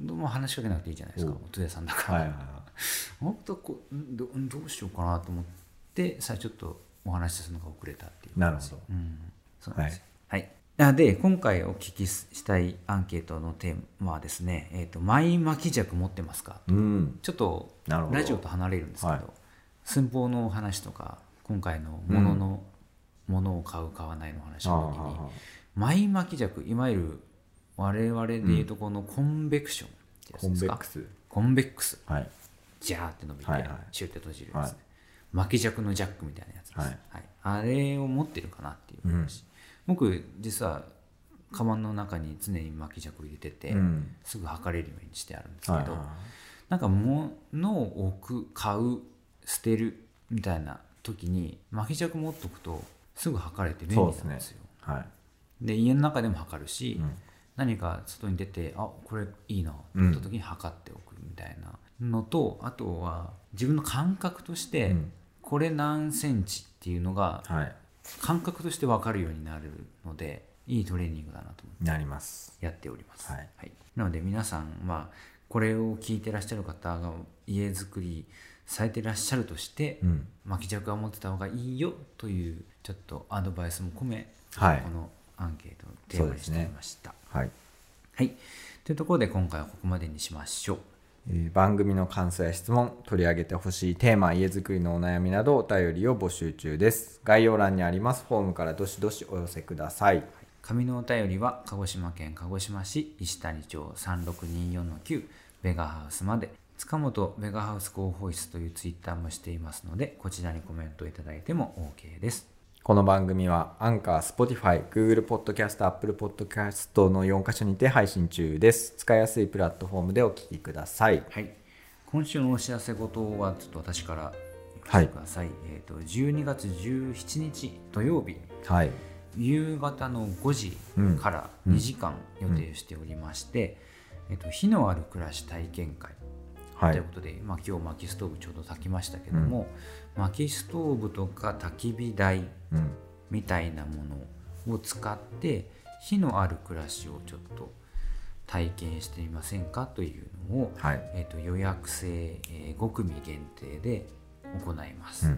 どうも話しかけなくていいじゃないですか、お連れさんだから、はいはいはい、本当こう ど, どうしようかなと思ってさちょっとお話しするのが遅れたっていう。 なるほど、 うん、そうなんですよ、はいはい、で今回お聞きしたいアンケートのテーマはですね、えーと、マイ巻き尺持ってますか、うん、ちょっとラジオと離れるんですけど、はい、寸法の話とか今回のものの、うん、ものを買う買わないの話の時に、マイ巻き尺、いわゆる我々でいうとこのコンベクションってやつですか、 コンベックス、 コンベックス、 はい、 ジャーって伸びて、はいはい、シュッて閉じるやつね、はい、巻き尺のジャックみたいなやつです、はいはい、あれを持ってるかなっていう話、うん、僕実はカバンの中に常に巻き尺を入れてて、うん、すぐ測れるようにしてあるんですけど、はいはい、なんか物を置く、買う、捨てるみたいな時に巻き尺持っとくとすぐ測れて便利なんですよ。そうですね、はい、で家の中でも測るし、うん、何か外に出てあこれいいなと思った時に測っておくみたいなのと、うん、あとは自分の感覚として、うん、これ何センチっていうのが感覚として分かるようになるので、いいトレーニングだなと思ってなりますやっております、はいはい、なので皆さん、まあ、これを聞いてらっしゃる方が家づくりされてらっしゃるとして、うん、巻き尺は持ってた方がいいよというちょっとアドバイスも込め、はい、このアンケートをテーマにしてみました、ね、はい、はい、というところで今回はここまでにしましょう。 えー、番組の感想や質問、取り上げてほしいテーマ、家づくりのお悩みなどお便りを募集中です。概要欄にありますフォームからどしどしお寄せください。 紙のお便りは鹿児島県鹿児島市石谷町 さんろくによんのきゅう ベガハウスまで、塚本ベガハウス広報室というツイッターもしていますので、こちらにコメントいただいても OK です。 この番組はアンカー、Spotify、Google Podcast、Apple Podcast のよんかしょにて配信中です。使いやすいプラットフォームでお聞きください。 はい、今週のお知らせ事はちょっと私から言わせてください。はい、えーと、じゅうにがつじゅうしちにち土曜日、はい、夕方のごじからにじかん予定しておりまして、うんうん、えーと、火のある暮らし体験会ということで、まあ、今日薪ストーブちょうど焚きましたけども、うん、薪ストーブとか焚き火台みたいなものを使って火のある暮らしをちょっと体験してみませんかというのを、はい、えーと、予約制、えー、ごくみ限定で行います、うん、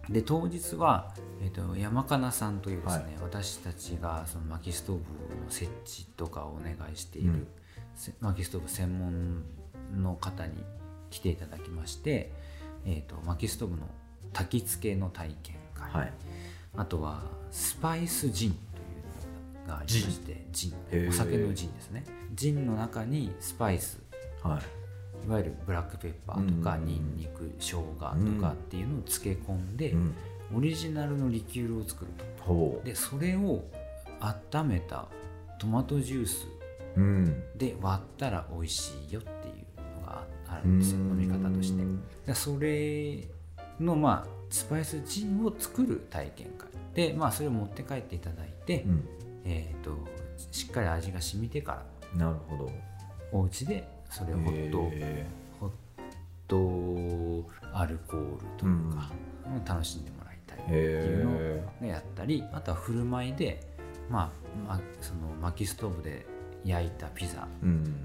で当日は、えーと、山かなさんというですね、はい、私たちがその薪ストーブの設置とかをお願いしている、うん、薪ストーブ専門の方に来ていただきまして、えーと、薪ストーブの焚き付けの体験会、はい、あとはスパイスジンというのをがありまして、ジン、お酒のジンですね。ジンの中にスパイス、はい、いわゆるブラックペッパーとか、うん、ニンニク、生姜とかっていうのを漬け込んで、うん、オリジナルのリキュールを作ると。でそれを温めたトマトジュースで割ったら美味しいよっていうのがあるんですよ、飲み方として。でそれのまあスパイスジンを作る体験会で、まあ、それを持って帰っていただいて、うん、えーと、しっかり味が染みてから、 なるほど、 お家でそれをホットホットアルコールというか、うん、楽しんでもらいたいっていうのをやったり、あとは振る舞いで、まあ、まその薪ストーブで焼いたピザ、うん、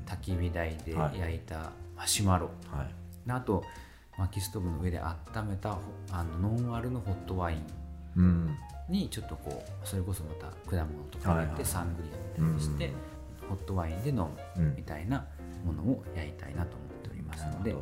焚き火台で焼いたマシュマロ、はい、あと薪ストーブの上で温めたあのノンアルのホットワインにちょっとこうそれこそまた果物とか入れてサングリアみたいにして、はいはい、ホットワインで飲むみたいなものをやりたいなと思っておりますので、うん、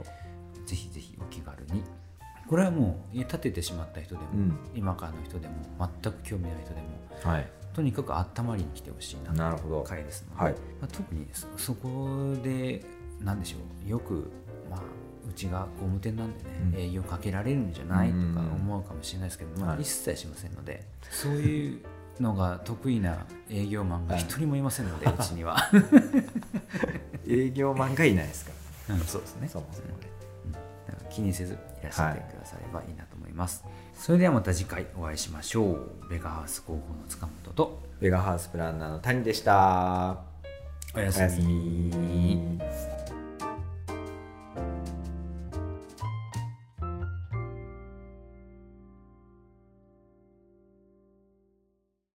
ぜひぜひお気軽に。これはもう立ててしまった人でも、うん、今からの人でも全く興味ない人でも、はい、とにかく温まりに来てほしいなという回ですので、はい、まあ、特に そ, そこで何でしょう、よく、まあ、うちが工務店なんでね、うん、営業かけられるんじゃないとか思うかもしれないですけど、うん、まあ、一切しませんので、はい、そういうのが得意な営業マンが一人もいませんので、うちには営業マンがいないですから、うん、そうですね、そもそもね、うん、だから気にせずいらっしゃってくださればいいなと思います、はい、それではまた次回お会いしましょう。ベガハウス広報の塚本とベガハウスプランナーの谷でした。 おやすみ。